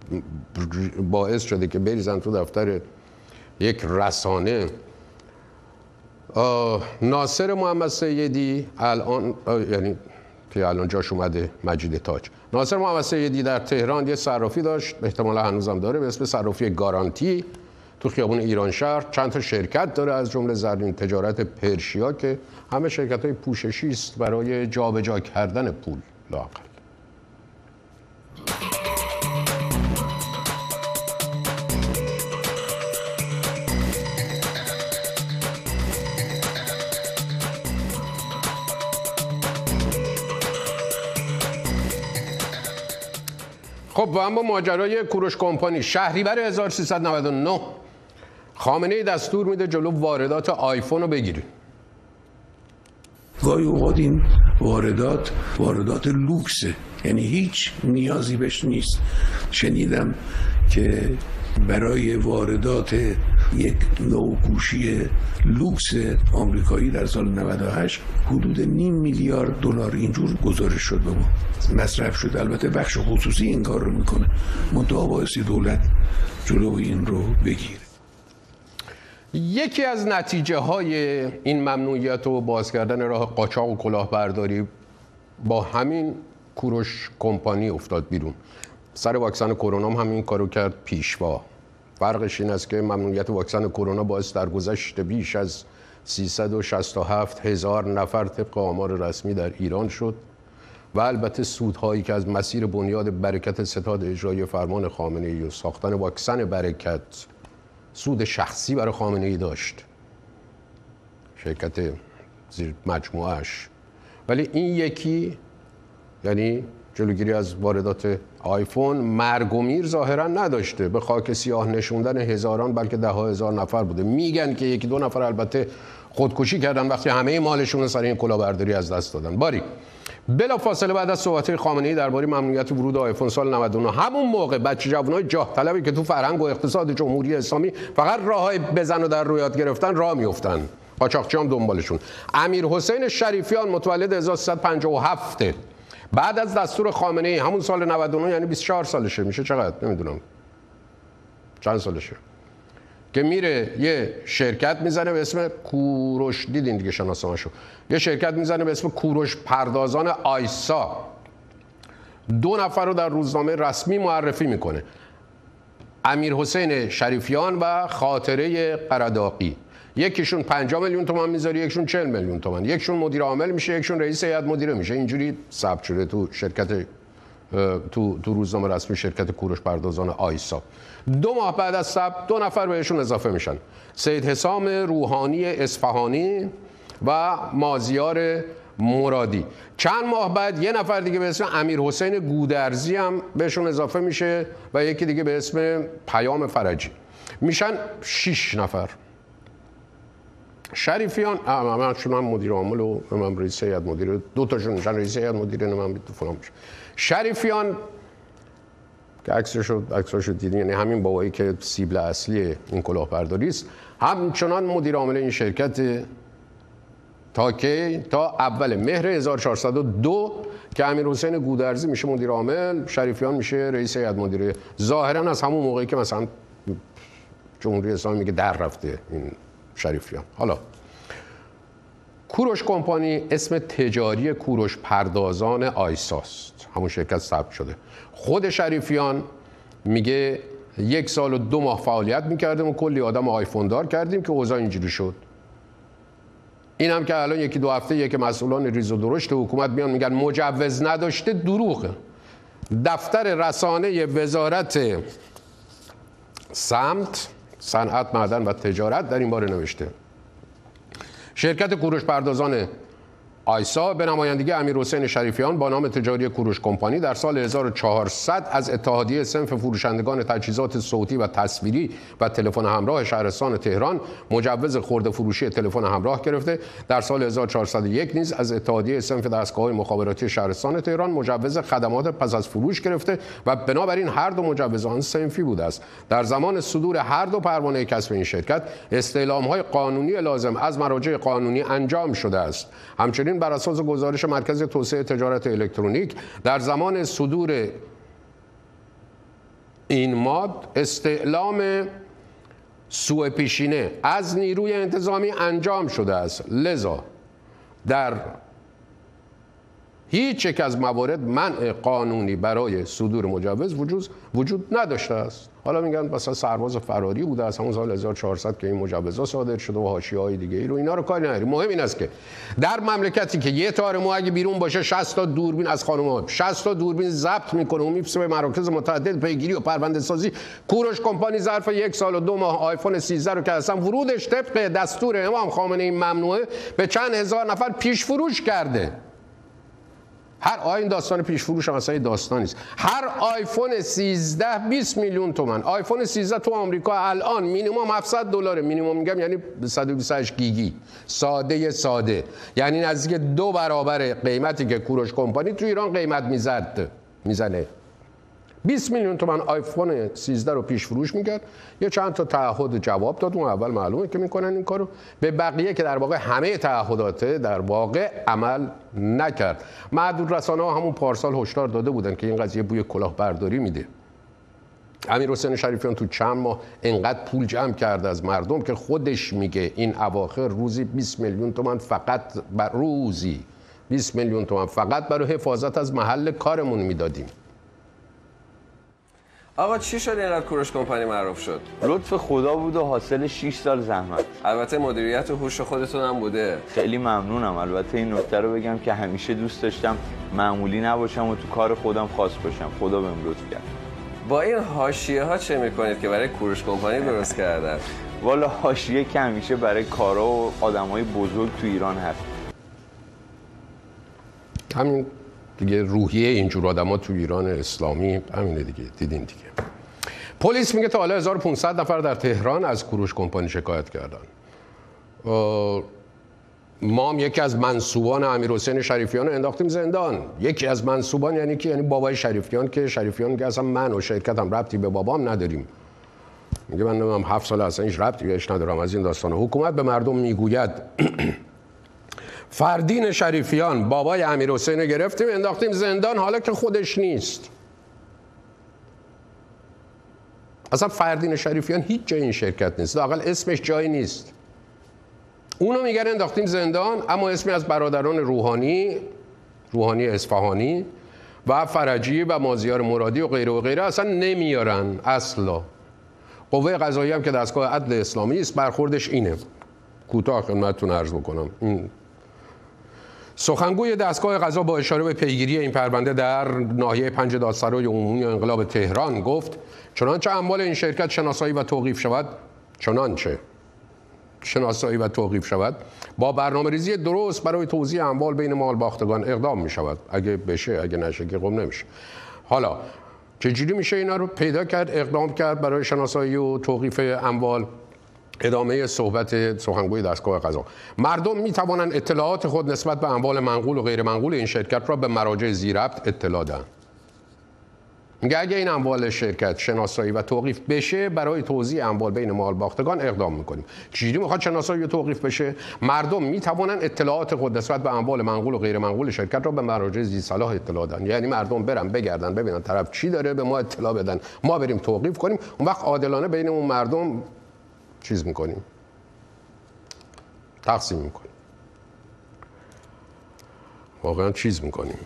باعث شده که بریزن تو دفتر یک رسانه، ناصر محمد سیدی الان، یعنی که الان جاش اومده مجید تاج، ناصر محمد سیدی در تهران یه صرافی داشت، احتمالا هنوزم داره، به اسم صرافی گارانتی تو خیابون ایران شهر. چند تا شرکت داره، از جمله زرین تجارت پرشیا که همه شرکت‌های پوششی است برای جابجا کردن پول لااقل. خب و اما ماجرای کوروش کمپانی. شهریور هزار و سیصد و نود و نه خامنه‌ای دستور میده جلو واردات آیفون رو بگیری. گاهی اوقات این واردات واردات لوکسه، یعنی هیچ نیازی بهش نیست. شنیدم که برای واردات یک نوع گوشی لوکس آمریکایی در سال نود و هشت حدود نیم میلیارد دلار اینجور گزارش شد به ما مصرف شد. البته بخش خصوصی این کار رو میکنه، منتها بایستی دولت جلو این رو بگیره. یکی از نتیجه های این ممنوعیت و باز کردن راه قاچاق و کلاهبرداری با همین کوروش کمپانی افتاد بیرون. سر واکسن کرونا هم همین کارو کرد پیشوا. فرقش این است که ممنوعیت واکسن کرونا باعث درگذشت بیش از سیصد و شصت و هفت هزار نفر طبق آمار رسمی در ایران شد و البته سودهایی که از مسیر بنیاد برکت ستاد اجرایی فرمان خامنه‌ای و ساختن واکسن برکت سود شخصی برای خامنه‌ای داشت، شرکت زیر مجموعهش. ولی این یکی، یعنی جلوگیری از واردات آیفون، مرگ و میر ظاهرا نداشته، به خاک سیاه نشوندن هزاران بلکه ده ها هزار نفر بوده. میگن که یکی دو نفر البته خودکشی کردن وقتی همه مالشون رو سر این کلاهبرداری از دست دادن. باری بلافاصله بعد از صحبت‌های خامنه‌ای درباره ممنوعیت ورود آیفون سال نود و نه، همون موقع بچه جوانای جاه طلبی که تو فرهنگ و اقتصاد جمهوری اسلامی فقط راههای بزن و در رو یاد گرفتن راه میافتن، قاچاقچی هم دنبالشون. امیر حسین شریفیان متولد هزار و سیصد و پنجاه و هفت، بعد از دستور خامنه‌ای همون سال نود و نه، یعنی بیست و چهار سالشه، میشه چقدر نمیدونم چند سالشه، که میره یه شرکت میزنه به اسم کوروش، دیدین دیگه شناسنامه‌شو، یه شرکت میزنه به اسم کوروش پردازان آیسا. دو نفر رو در روزنامه رسمی معرفی میکنه، امیر حسین شریفیان و خاطره قرداقی. یکیشون پنجاه میلیون تومان میذاره، یکیشون چهل میلیون تومان، یکیشون مدیر عامل میشه، یکیشون رئیس هیئت مدیره میشه. اینجوری ثبت شده تو شرکت تو تو روزنامه رسمی شرکت کوروش پردازان آیسا. دو ماه بعد از ثبت دو نفر بهشون اضافه میشن، سید حسام روحانی اصفهانی و مازیار مرادی. چند ماه بعد یه نفر دیگه به اسم امیر حسین گودرزی هم بهشون اضافه میشه و یکی دیگه به اسم پیام فرجی. میشن شش نفر. شریفیان من چون من مدیر عامل و من رئیس هیئت مدیره، دو تاشون میشن رئیس هیئت مدیره، من فلان میشه. شریفیان که عکسشو عکساشو دیدین، یعنی همین بابایی که سیبل اصلی این کلاهبرداری است، همچنان مدیر عامل این شرکت تا که تا اول مهر هزار و چهارصد و دو که امیر حسین گودرزی میشه مدیر عامل، شریفیان میشه رئیس هیئت مدیره. ظاهرا از همون موقعی که مثلا جمهوری اسلامی میگه در رفته این شریفیان. حالا کوروش کمپانی اسم تجاری کوروش پردازان آیساست، همون شرکت ثبت شده. خود شریفیان میگه یک سال و دو ماه فعالیت میکردیم و کلی آدم آیفون دار کردیم که اوضاع اینجوری شد. این هم که الان یکی دو هفته یک مسئولان ریز و درشت حکومت میان میگن مجوز نداشته، دروغه. دفتر رسانه وزارت سمت، صنعت، معدن و تجارت در این باره نوشته شرکت کوروش پردازان آیسا به نمایندگی امیر حسین شریفیان با نام تجاری کوروش کمپانی در سال هزار و چهارصد از اتحادیه صنف فروشندگان تجهیزات صوتی و تصویری و تلفن همراه شهرستان تهران مجوز خرده فروشی تلفن همراه گرفته. در سال هزار و چهارصد و یک نیز از اتحادیه صنف دستگاه‌های مخابراتی شهرستان تهران مجوز خدمات پس از فروش گرفته و بنابراین هر دو مجوزان صنفی بوده است. در زمان صدور هر دو پروانه کسب این شرکت استعلام‌های قانونی لازم از مراجع قانونی انجام شده است. همچنین بر اساس گزارش مرکز توسعه تجارت الکترونیک در زمان صدور این ماد استعلام سوء پیشینه از نیروی انتظامی انجام شده است، لذا در هیچ یک از موارد منع قانونی برای صدور مجوز وجود وجود نداشته است. حالا میگن مثلا سرباز فراری بوده از همون سال هزار و چهارصد که این مجوزها صادر شده و حاشیه‌های دیگه ای رو، اینا رو کاری نداریم. مهم این است که در مملکتی که یه تار مو اگه بیرون باشه شصت تا دوربین از خانم‌ها شصت تا دوربین ضبط میکنه و میفرسته به مراکز متعدد پیگیری و پرونده سازی، کوروش کمپانی ظرف یک سال و دو ماه آیفون سیزده رو که اصلا ورودش طبق دستور امام خامنه‌ای ممنوعه به چند هزار نفر پیش فروش کرده. هر آین داستان پیش فروش هم اصلا داستانی است. هر آیفون سیزده بیست میلیون تومان. آیفون سیزده تو آمریکا الان مینیمم هفتصد دلاره. مینیمم میگم یعنی صد و بیست و هشت گیگی ساده ساده، یعنی نزدیک دو برابر قیمتی که کوروش کمپانی تو ایران قیمت میزد میزنه. بیست میلیون تومان آیفون سیزده رو پیش فروش میکرد، یه چند تا تعهد جواب داد، اون اول معلومه که میکنن این کارو، به بقیه که در واقع همه تعهدات در واقع عمل نکرد. معدود رسانه ها همون پارسال هشدار داده بودن که این قضیه بوی کلاهبرداری میده. امیر حسین شریفیان تو چند ماه انقدر پول جمع کرده از مردم که خودش میگه این اواخر روزی بیست میلیون تومان فقط بر روزی بیست میلیون تومان فقط برای حفاظت از محل کارمون میدادیم. آقا چی شد اینقدر کوروش کمپانی معروف شد؟ لطف خدا بود و حاصل شش سال زحمت. البته مدیریت و هوش خودتون هم بوده. خیلی ممنونم. البته این نکته رو بگم که همیشه دوست داشتم معمولی نباشم و تو کار خودم خاص باشم. خدا بهم لطف کرد. با این حاشیه ها چه میکنید که برای کوروش کمپانی درست کردن؟ والا حاشیه که همیشه برای کارا و آدمای بزرگ تو ایران هست. همین دیگه روحیه اینجور آدم‌ها تو ایران اسلامی همینه دیگه، دیدین دیگه. پلیس میگه تا حالا هزار و پانصد نفر در تهران از کوروش کمپانی شکایت کردن. ما هم یکی از منسوبان امیرحسین شریفیان رو انداختیم زندان. یکی از منسوبان یعنی کی؟ یعنی بابای شریفیان، که شریفیان که اصلا من و شرکتم ربطی به بابام نداریم. میگه من نمیدونم هفت سال اصلا هیچ ربطی بهش ندارم از این داستان. حکومت به مردم میگوید فردین شریفیان بابای امیرحسین گرفتیم انداختیم زندان، حالا که خودش نیست. اصلا فردین شریفیان هیچ جای این شرکت نیست، لااقل اسمش جایی نیست. اونو میگن انداختیم زندان، اما اسمی از برادران روحانی، روحانی اصفهانی و فرجی و مازیار مرادی و غیره و غیره اصلا نمیارن اصلا. قوه قضاییه هم که دستگاه عدل اسلامی است برخوردش اینه. کوتاه خدمتتون عرض بکنم. این سخنگوی دستگاه قضا با اشاره به پیگیری این پرونده در ناحیه پنج دادسرای عمومی انقلاب تهران گفت چنانچه اموال این شرکت شناسایی و توقیف شود، چنانچه شناسایی و توقیف شود، با برنامه ریزی درست برای توزیع اموال بین مال باختگان اقدام می شود. اگه بشه، اگه نشه که قم نمیشه. حالا چجوری میشه اینا رو پیدا کرد، اقدام کرد برای شناسایی و توقیف اموال؟ ادامه صحبت سخنگوی دستگاه قضا: مردم می توانند اطلاعات خود نسبت به اموال منقول و غیر منقول این شرکت را به مراجع ذی‌ربط اطلاع دهند. میگه اگه این اموال شرکت شناسایی و توقیف بشه، برای توزیع اموال بین مال باختگان اقدام میکنیم. چجوری میخواد شناسایی و توقیف بشه؟ مردم میتوانند اطلاعات خود نسبت به اموال منقول و غیر منقول شرکت را به مراجع ذی صلاح اطلاع دهند. یعنی مردم برن بگردن ببینن طرف چی داره، به ما اطلاع بدن، ما بریم توقیف کنیم، اون وقت عادلانه بین اون مردم چیز میکنیم، تقسیم میکنیم، واقعا چیز میکنیم.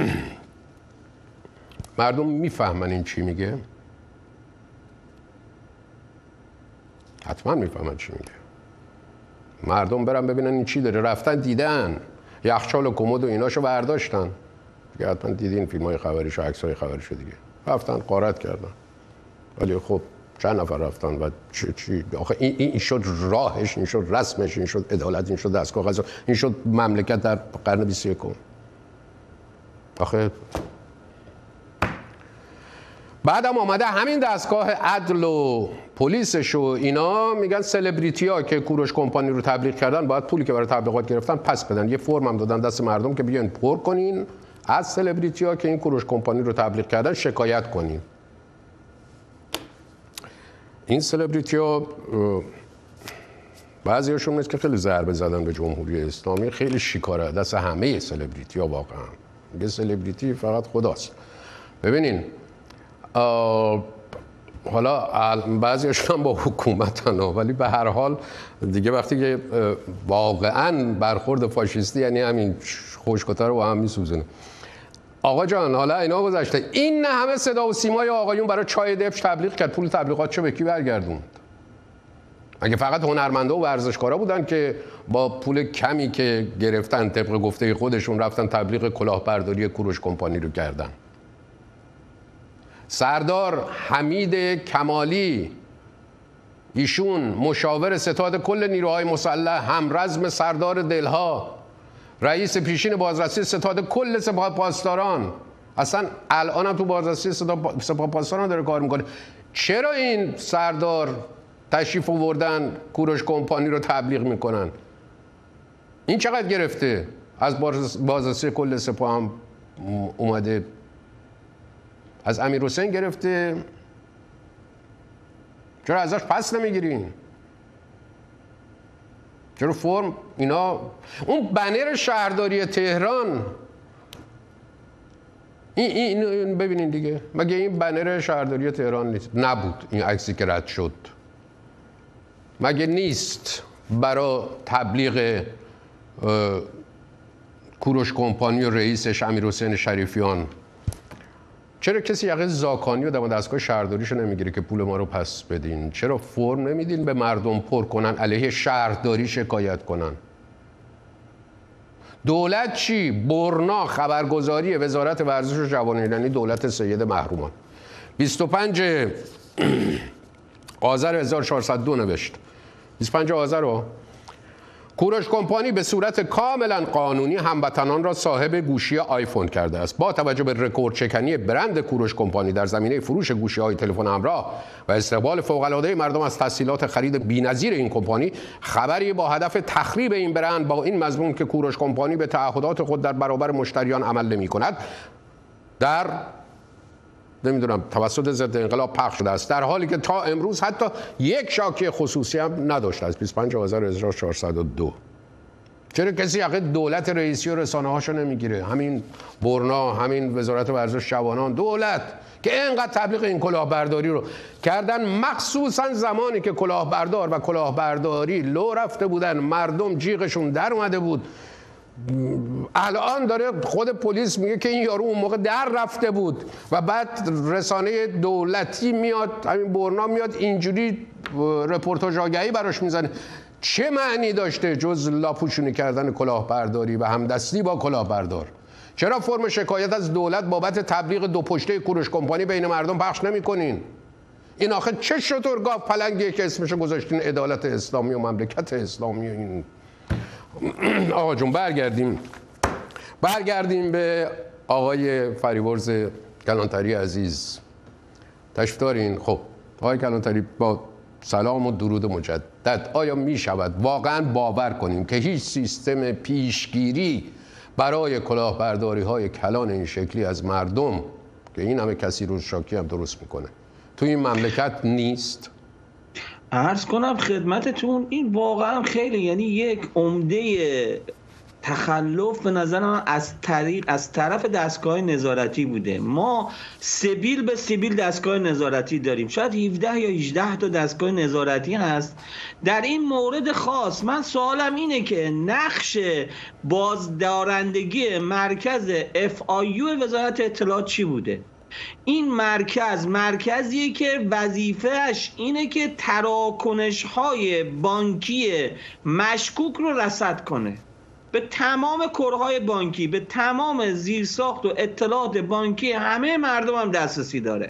مردم میفهمن این چی میگه؟ حتما میفهمن چی میگه. مردم برن ببینن این چی داره، رفتن دیدن، یخچال و کمد و ایناشو برداشتن. دیگه حتما دیدین فیلم های خبریشو، عکس های خبریشو دیگه. رفتن غارت کردن. ولی خب چند نفر رفتن و چی چی آخه این این شد راهش، این شد رسمش، این شد عدالت، این شد دستگاه قضا، این شد مملکت در قرن بیست و یکم. آخه بعدم آمده همین دستگاه عدل و پلیسش و اینا میگن سلبریتی ها که کوروش کمپانی رو تبلیغ کردن باید پولی که برای تبلیغات گرفتن پس بدن. یه فرم هم دادن دست مردم که بیاین پر کنین از سلبریتی ها که این کوروش کمپانی رو تبلیغ کردن شکایت کنین. این سلبریتی ها بعضی هاشون نیست که خیلی ضربه زدن به جمهوری اسلامی، خیلی شیکاره دست همه سلبریتی ها. واقعا میگه سلبریتی فقط خداست. ببینین حالا بعضیشون هم با حکومتن، ولی به هر حال دیگه وقتی که واقعا برخورد فاشیستی یعنی همین خشک‌ها رو با هم میسوزونه. آقا جان حالا اینا گذشته، این نه همه صدا و سیمای آقایون برای چای دبش تبلیغ کرد، پول تبلیغات چه به کی برگردوند؟ اگه فقط هنرمنده و ورزشکارا بودن که با پول کمی که گرفتن طبق گفته خودشون رفتن تبلیغ کلاهبرداری کوروش کمپانی رو کردن. سردار حمید کمالی، ایشون مشاور ستاد کل نیروهای مسلح، همرزم سردار دلها، رئیس پیشین بازرسی ستاد کل سپاه پاسداران، اصلا الان هم تو بازرسی سپاه پاسداران داره کار میکنه. چرا این سردار تشریف آوردن کوروش کمپانی رو تبلیغ میکنن؟ این چقدر گرفته؟ از بازرسی کل سپاه هم اومده، از امیرحسین گرفته، چرا ازش پس نمیگیرین؟ چرا فرم اینا؟ اون بنر شهرداری تهران، این, این, این ببینین دیگه، مگه این بنر شهرداری تهران نیست؟ نبود این عکسی که رد شد؟ مگه نیست برای تبلیغ کوروش کمپانی و رئیسش امیرحسین شریفیان؟ چرا کسی یقه زاکانی و دم دستگاه شهرداریشو نمیگیره که پول ما رو پس بدین؟ چرا فرم نمیدین به مردم پر کنن علیه شهرداری شکایت کنن؟ دولت چی؟ برنا خبرگزاری وزارت ورزش و جوانان، یعنی دولت سید محرومان، بیست و پنج آذر هزار و چهارصد و دو نوشت. بیست و پنج آذر رو کوروش کمپانی به صورت کاملا قانونی هموطنان را صاحب گوشی آیفون کرده است. با توجه به رکورد شکنی برند کوروش کمپانی در زمینه فروش گوشی‌های تلفن همراه و استقبال فوق‌العاده مردم از تسهیلات خرید بی‌نظیر این کمپانی، خبری با هدف تخریب این برند با این مضمون که کوروش کمپانی به تعهدات خود در برابر مشتریان عمل نمی‌کند در نمیدونم توسط ضد انقلاب پخش شده است، در حالی که تا امروز حتی یک شاکی خصوصی هم نداشته است. بیست و پنج آذر هزار و چهارصد و دو. چرا کسی حق دولت رئیسی و رسانه هاشو نمیگیره؟ همین برنا، همین وزارت ورزش جوانان، دولت که اینقدر تبلیغ این کلاهبرداری رو کردن، مخصوصا زمانی که کلاهبردار و کلاهبرداری لو رفته بودن، مردم جیغشون در اومده بود. الان داره خود پلیس میگه که این یارو اون موقع در رفته بود و بعد رسانه دولتی میاد، همین برنا میاد اینجوری رپورتاژ آگهی براش میزنه. چه معنی داشته جز لاپوشونی کردن کلاهبرداری و همدستی با کلاهبردار؟ چرا فرم شکایت از دولت بابت تبلیغ دو پشته کوروش کمپانی بین مردم پخش نمی‌کنین؟ این آخه چه شترگاه پلنگیه که اسمشو گذاشتین عدالت اسلامی و مملکت اسلامی و این. آقا جون برگردیم برگردیم به آقای فریبرز کلانتری عزیز. تشریف دارین؟ خب آقای کلانتری، با سلام و درود مجدد، آیا می شود واقعا باور کنیم که هیچ سیستم پیشگیری برای کلاهبرداری های کلان این شکلی از مردم که این همه کسی روز شاکی هم درست میکنه تو این مملکت نیست؟ عرض کنم خدمتتون این واقعا خیلی، یعنی یک عمده تخلف به نظر من از طریق از طرف دستگاه نظارتی بوده. ما سبیل به سبیل دستگاه نظارتی داریم، شاید هفده یا هجده تا دستگاه نظارتی هست. در این مورد خاص من سوالم اینه که نقش بازدارندگی مرکز اف آی یو وزارت اطلاعات چی بوده؟ این مرکز مرکزیه که وظیفه‌اش اینه که تراکنش‌های بانکی مشکوک رو رصد کنه، به تمام کرهای بانکی، به تمام زیرساخت و اطلاعات بانکی همه مردم هم دسترسی داره.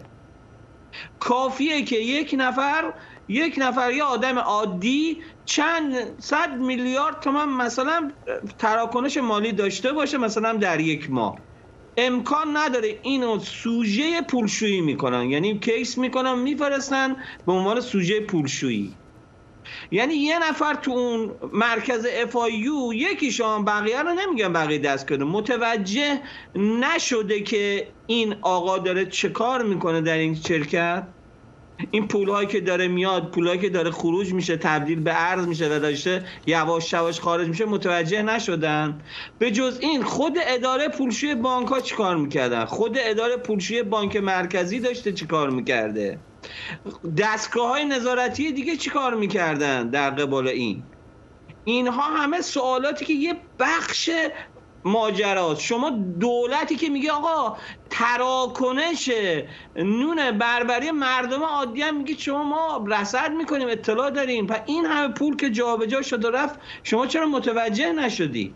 کافیه که یک نفر یک نفر یا آدم عادی چند صد میلیارد تومان مثلا تراکنش مالی داشته باشه مثلا در یک ماه، امکان نداره اینو سوژه پولشویی میکنن، یعنی کیس میکنن میفرستن به عنوان سوژه پولشویی. یعنی یه نفر تو اون مرکز اف آی یو، یکیشون، بقیه رو نمیگم بقیه دست کرده، متوجه نشده که این آقا داره چه کار میکنه در این شرکت. این پولهایی که داره میاد، پولهایی که داره خروج میشه، تبدیل به ارز میشه و داشته یواش یواش خارج میشه، متوجه نشدن. به جز این خود اداره پولشوی بانک ها چی کار میکردن؟ خود اداره پولشوی بانک مرکزی داشته چی کار میکرده؟ دستگاه های نظارتی دیگه چی کار میکردن در قبال این؟ اینها همه سوالاتی که یه بخش ماجراست. شما دولتی که میگه آقا تراکنش نون بربری مردم عادی هم میگه شما ما رصد میکنیم، اطلاع داریم، و این همه پول که جابجا شد و رفت شما چرا متوجه نشدی؟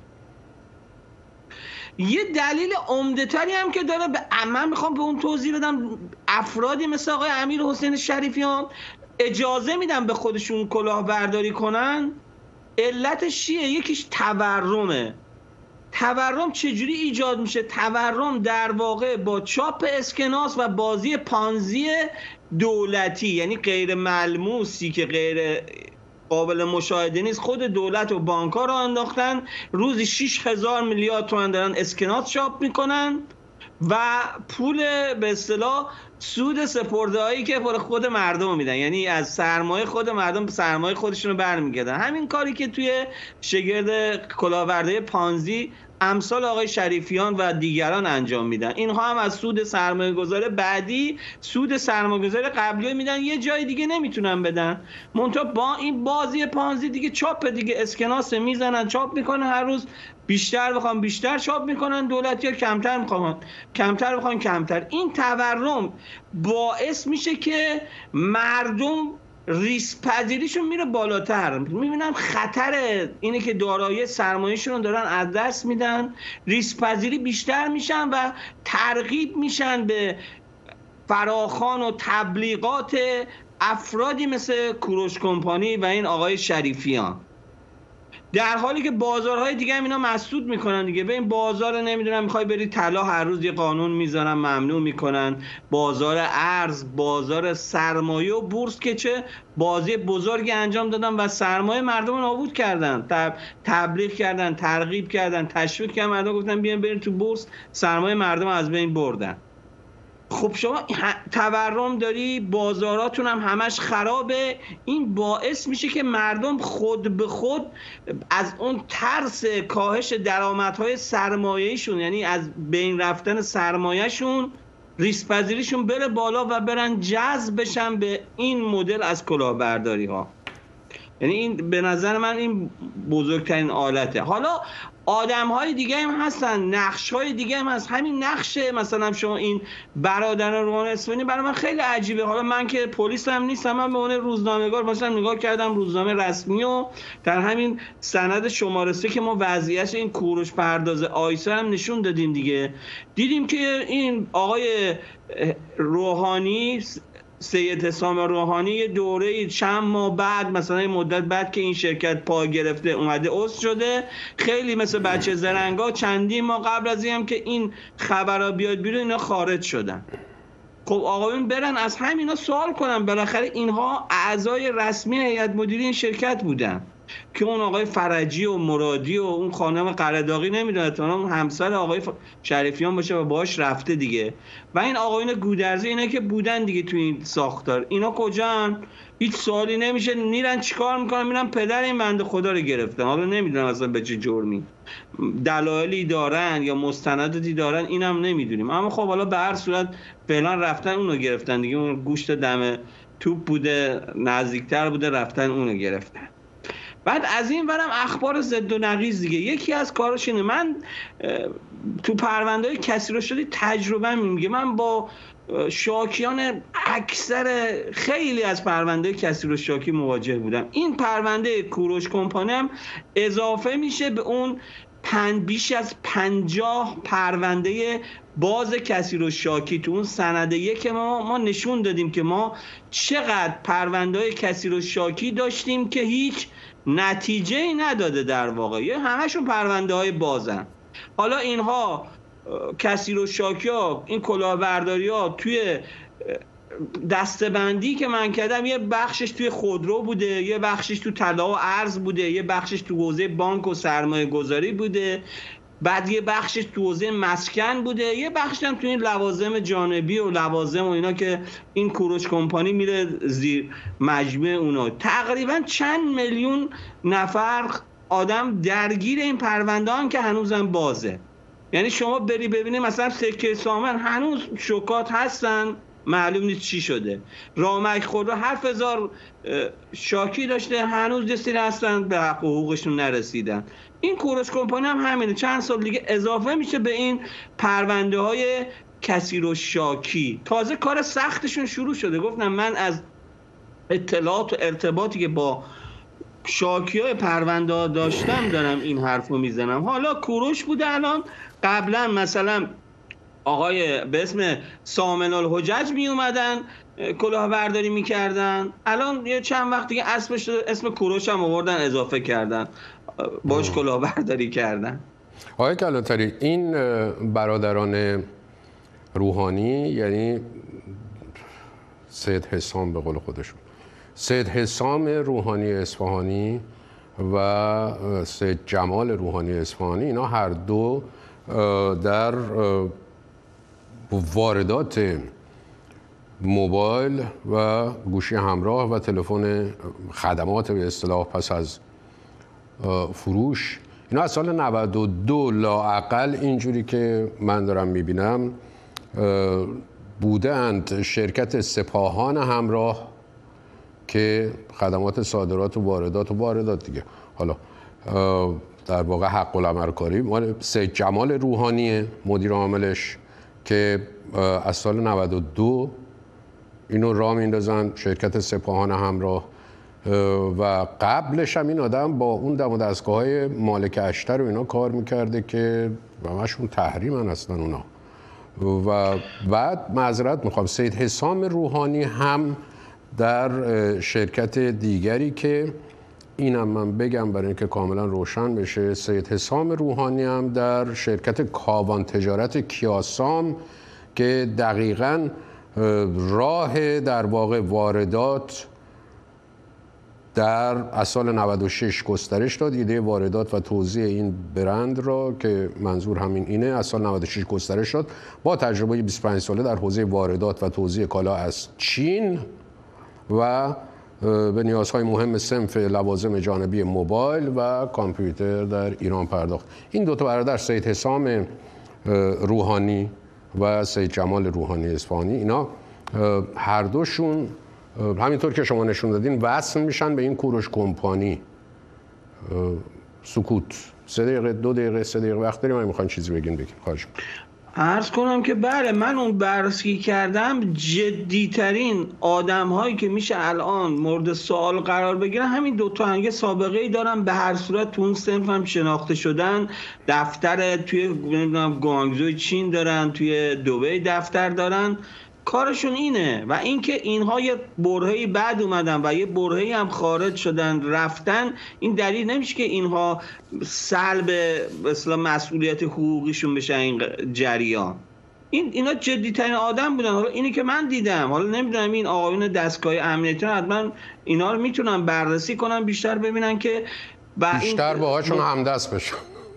یه دلیل عمده‌تری هم که داره، به من میخوام به اون توضیح بدم. افرادی مثل آقای امیر حسین شریفیان اجازه میدن به خودشون کلاهبرداری کنن، علتش چیه؟ یکیش تورمه. تورم چجوری ایجاد میشه؟ تورم در واقع با چاپ اسکناس و بازی پانزی دولتی، یعنی غیر ملموسی که غیر قابل مشاهده نیست، خود دولت و بانک‌ها رو انداختن، روزی شش هزار میلیارد تومان دارن اسکناس چاپ میکنن و پول به اصطلاح سود سپرده‌هایی که پر خود مردم میدن، یعنی از سرمایه خود مردم به سرمایه خودشونو برمیگردن. همین کاری که توی شگرد کلاهبرداری پانزی امثال آقای شریفیان و دیگران انجام میدن. اینها هم از سود سرمایه گذار بعدی سود سرمایه گذار قبلی میدن، یه جای دیگه نمیتونن بدن. منتها با این بازی پانزی دیگه چاپ دیگه اسکناس میزنن، چاپ میکنن، هر روز بیشتر بخوام بیشتر چاپ میکنن، دولتی ها کمتر میخوان کمتر بخوان کمتر. این تورم باعث میشه که مردم ریسک پذیریشون میره بالاتر، میبینن خطر اینه که دارایی سرمایه‌شون رو دارن از دست میدن، ریسک پذیری بیشتر میشن و ترغیب میشن به فراخوان و تبلیغات افرادی مثل کوروش کمپانی و این آقای شریفیان. در حالی که بازارهای دیگه هم اینا مسدود میکنن دیگه. به این بازار نمیدونم میخوای بری طلا، هر روز یه قانون میذارن ممنوع میکنن. بازار ارز، بازار سرمایه و بورس که چه بازی بزرگی انجام دادن و سرمایه مردم رو نابود کردن، تب... تبلیغ کردن، ترغیب کردن، تشویق کردن، مردم گفتن بیان برید تو بورس، سرمایه مردم از بین بردن. خب شما تورم داری، بازاراتون هم همش خرابه. این باعث میشه که مردم خود به خود از اون ترس کاهش درآمدهای سرمایه‌شون، یعنی از بین رفتن سرمایه‌شون، ریسک‌پذیریشون بره بالا و برن جذب بشن به این مدل از کلاهبرداری ها. یعنی این به نظر من این بزرگترین آلته. حالا آدم های دیگه هم هستن، نقش های دیگه هم هست. همین نقشه مثلا شما این برادران روحانی اصفهانی برای من خیلی عجیبه. حالا من که پلیس هم نیستم، من به عنوان روزنامه‌نگار مثلا نگاه کردم روزنامه رسمی و در همین سند شماره سه که ما وضعیت این کوروش پرداز آیسا هم نشون دادیم دیگه، دیدیم که این آقای روحانی، سید حسام روحانی، یه دوره چند ماه بعد، مثلا یه مدت بعد که این شرکت پا گرفته اومده عضو شده، خیلی مثل بچه زرنگا چندین ماه قبل از این هم که این خبرها بیاد بیرون اینا خارج شدن. خب آقایون برن از همینا سوال کنن، بالاخره اینها اعضای رسمی هیئت مدیره این شرکت بودن که اون آقای فرجی و مرادی و اون خانم قرداغی نمیدونه تا اون همسر آقای شریفیان باشه و باهاش رفته دیگه، و این آقایون گودرزی اینا که بودن دیگه تو این ساختار، اینا کجان؟ هیچ سوالی نمیشه. میرن چیکار میکنن؟ میرن پدر این بنده خدا رو گرفتن. حالا نمیدونم اصلا به چه جرمی، دلایلی دارن یا مستنداتی دارن اینم نمیدونیم، اما خب حالا به هر صورت فعلا رفتن اونو گرفتن دیگه. اون گوشت دم توپ بوده، نزدیکتر بوده، رفتن اونو گرفتن. بعد از این ورم اخبار ضد و نقیض دیگه. یکی از کاراش اینه، من تو پرونده‌های کسی رو شدی تجربه میگه، من با شاکیان اکثر خیلی از پرونده کسی رو شاکی مواجه بودم. این پرونده کوروش کمپانی هم اضافه میشه به اون پن بیش از پنجاه پرونده باز کسی رو شاکی. تو اون سند یک ما ما نشون دادیم که ما چقدر پرونده های کسی رو شاکی داشتیم که هیچ نتیجه ای نداده در واقع، یه همشون پرونده های بازن. حالا اینها کسی رو شاکی ها، این کلاهبرداری ها توی دسته‌بندی که من کردم، یه بخشش توی خودرو بوده، یه بخشش تو طلا و ارز بوده، یه بخشش تو حوزه بانک و سرمایه گذاری بوده، بعد یه بخشش تو حوزه مسکن بوده، یه بخشش هم تو این لوازم جانبی و لوازم و اینا که این کوروش کمپانی میره زیر مجموعه اونا. تقریبا چند میلیون نفر آدم درگیر این پرونده هن که هنوزم بازه. یعنی شما بری ببینی مثلا سکه سامن هنوز شوکات هستن، معلوم نیست چی شده. رامک خودرو هفت هزار شاکی داشته، هنوز دستی هستن به حق حقوقشون نرسیدن. این کوروش کمپانی هم همینه، چند سال دیگه اضافه میشه به این پرونده های کسی رو شاکی. تازه کار سختشون شروع شده. گفتم من از اطلاعات و ارتباطی که با شاکی های پرونده ها داشتم دارم این حرف رو میزنم. حالا کوروش بوده، الان قبلا مثلا آقای به اسم سامن الحجج می اومدن کلاهبرداری میکردن، الان یه چند وقت دیگه اسمش اسم کوروش هم آوردن اضافه کردن، باش کلاهبرداری کردن. آقای کلانتری، این برادران روحانی، یعنی سید حسام به قول خودشون، سید حسام روحانی اصفهانی و سید جمال روحانی اصفهانی، اینا هر دو در واردات موبایل و گوشی همراه و تلفن خدمات به اصطلاح پس از فروش، اینا از سال نود و دو لااقل اینجوری که من دارم میبینم بودند شرکت سپاهان همراه که خدمات صادرات و واردات و واردات دیگه، حالا در واقع حق العمل کاری مال سید جمال روحانی مدیر عاملش که از سال نود و دو اینو راه میندازن، شرکت سپاهان همراه. و قبلش هم این آدم با اون دم و دستگاه‌های مالک اشتر و اینا کار میکرده که همشون تحریمن اصلا اونا. و بعد معذرت میخوام، سید حسام روحانی هم در شرکت دیگری که اینم من بگم برای اینکه کاملا روشن بشه، سید حسام روحانی هم در شرکت کاوان تجارت کیاسام که دقیقاً راه در واقع واردات در از سال نود و شش گسترش داد، ایده واردات و توزیع این برند را که منظور همین اینه از سال نود و شش گسترش داد با تجربه بیست و پنج ساله در حوزه واردات و توزیع کالا از چین و به نیازهای مهم صنف لوازم جانبی موبایل و کامپیوتر در ایران پرداخت. این دو تا برادر سید حسام روحانی و سید جمال روحانی اصفهانی، اینا هر دوشون همینطور که شما نشون دادین وصل میشن به این کوروش کمپانی. سکوت سه دقیقه دو دقیقه سه دقیقه وقت داریم، من میخوام چیزی بگین بگین. خواهش می‌کنم. عرض کنم که بله، من اون بررسی کردم، جدیترین آدم هایی که میشه الان مورد سوال قرار بگیرن همین دوتا هنگه سابقه ای دارن، به هر صورت تو اون صنف هم شناخته شدن، دفتر توی نمیدونم گوانگزو چین دارن، توی دبی دفتر دارن، کارشون اینه. و اینکه اینها یه برهه‌ای بعد اومدن و یه برهه‌ای هم خارج شدن رفتن، این دلیل نمیشه که اینها سلب به اصطلاح مسئولیت حقوقیشون بشه این جریان. این اینا جدی‌ترین آدم بودن. حالا اینی که من دیدم، حالا نمیدونم این آقایون دستگاه امنیتی حتما اینا رو میتونن بررسی کنن بیشتر، ببینن که بیشتر باهاشون همدست بشن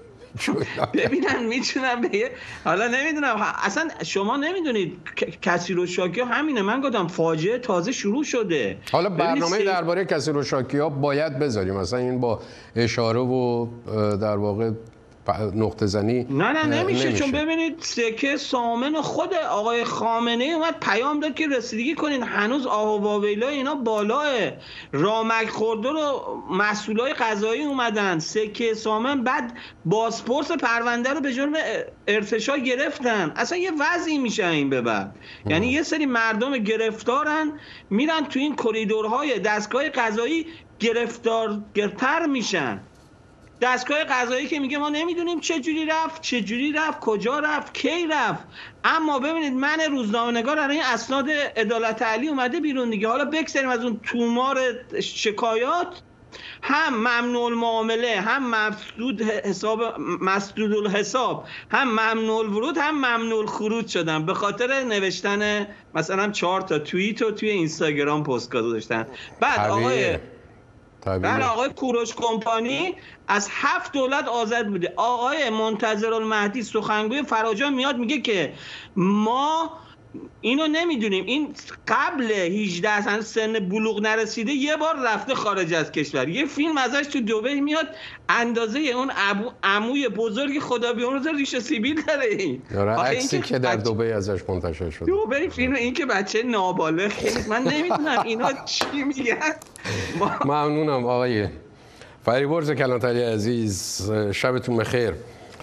ببینن میتونن به حالا نمیدونم اصلا شما نمیدونید کسی رو شاکی ها همینه. من گفتم فاجعه تازه شروع شده. حالا برنامه سی... درباره کسی رو شاکی ها باید بذاریم، مثلا این با اشاره و در واقع نقطه زنی نه نه نمیشه, نمیشه. چون ببینید سکه سامن خود آقای خامنه ای اومد پیام داد که رسیدگی کنین، هنوز آه و واویلا اینا بالاه، رامک خورده رو مسئولای قضایی اومدن، سکه سامن بعد بازپرس پرونده رو به جرم ارتشا گرفتن. اصلا یه وضعی میشه این به بعد، یعنی یه سری مردم گرفتارن میرن تو این کریدورهای دستگاه قضایی گرفتارتر میشن. دستگاه قضایی که میگه ما نمیدونیم چه جوری رفت، چه جوری رفت، کجا رفت، کی رفت. اما ببینید من روزنامه‌نگار الان این اسناد عدالت علی اومده بیرون دیگه. حالا بگذاریم از اون تومار شکایات، هم ممنوع المعامله، هم مسدود حساب مسدود الحساب، هم ممنوع الورود، هم ممنوع الخروج شدن به خاطر نوشتن مثلا چهار تا توییت و توی اینستاگرام پست گذاشتن. بعد آقای بله آقای کوروش کمپانی از هفت دولت آزاد بوده. آقای منتظر المهدی سخنگوی فراجان میاد میگه که ما اینو نمیدونیم، این قبل هجده سن سن بلوغ نرسیده یه بار رفته خارج از کشور. یه فیلم ازش تو دبی میاد اندازه اون ابو عموی بزرگ خدا بیامرز ریش سیبیل داره. این عکسی که در دبی ازش منتشر شده دبی فیلم این که بچه نابالغ، من نمیدونم اینا چی میگن. ممنونم آقای فریبرز کلانتری عزیز، شبتون بخیر.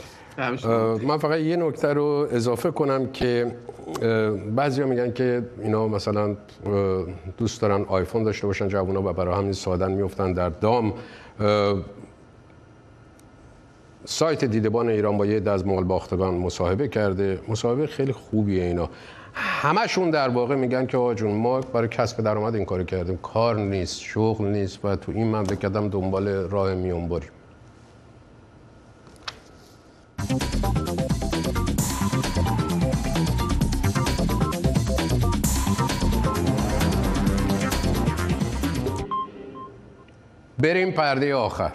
من فقط یه نکته رو اضافه کنم که بعضیا میگن که اینا مثلا دوست دارن آیفون داشته باشن جوونا و برای همین سادن میفتن در دام. سایت دیدبان ایران با یه از مالباختگان مصاحبه کرده، مصاحبه خیلی خوبیه. اینا همشون در واقع میگن که آقا جون ما برای کسب درآمد این کارو کردیم، کار نیست، شغل نیست و تو این مملکت هم دنبال راه میون بریم. بریم پرده آخر.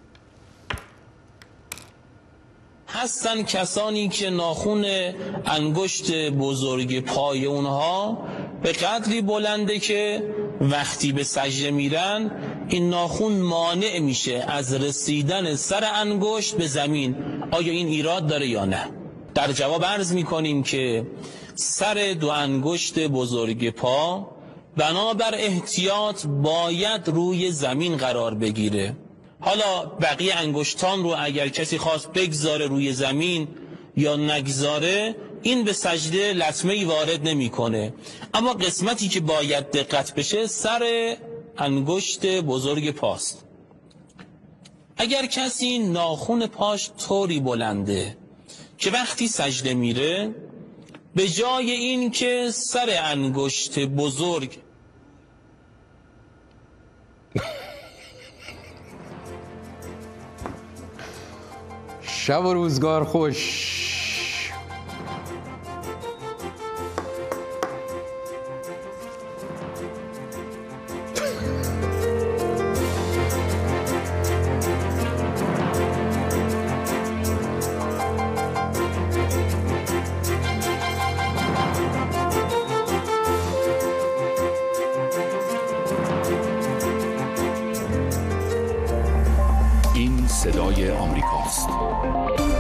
هستن کسانی که ناخن انگشت بزرگ پای اونها به قدری بلنده که وقتی به سجده میرن این ناخن مانع میشه از رسیدن سر انگشت به زمین. آیا این ایراد داره یا نه؟ در جواب عرض میکنیم که سر دو انگشت بزرگ پا بنابر احتیاط باید روی زمین قرار بگیره. حالا بقیه انگشتان رو اگر کسی خواست بگذاره روی زمین یا نگذاره، این به سجده لطمه‌ای وارد نمی‌کنه. اما قسمتی که باید دقت بشه سر انگشت بزرگ پاست. اگر کسی ناخن پاش طوری بلنده که وقتی سجده میره به جای این که سر انگشت بزرگ شب و روزگار خوش. این صدای آمریکاست.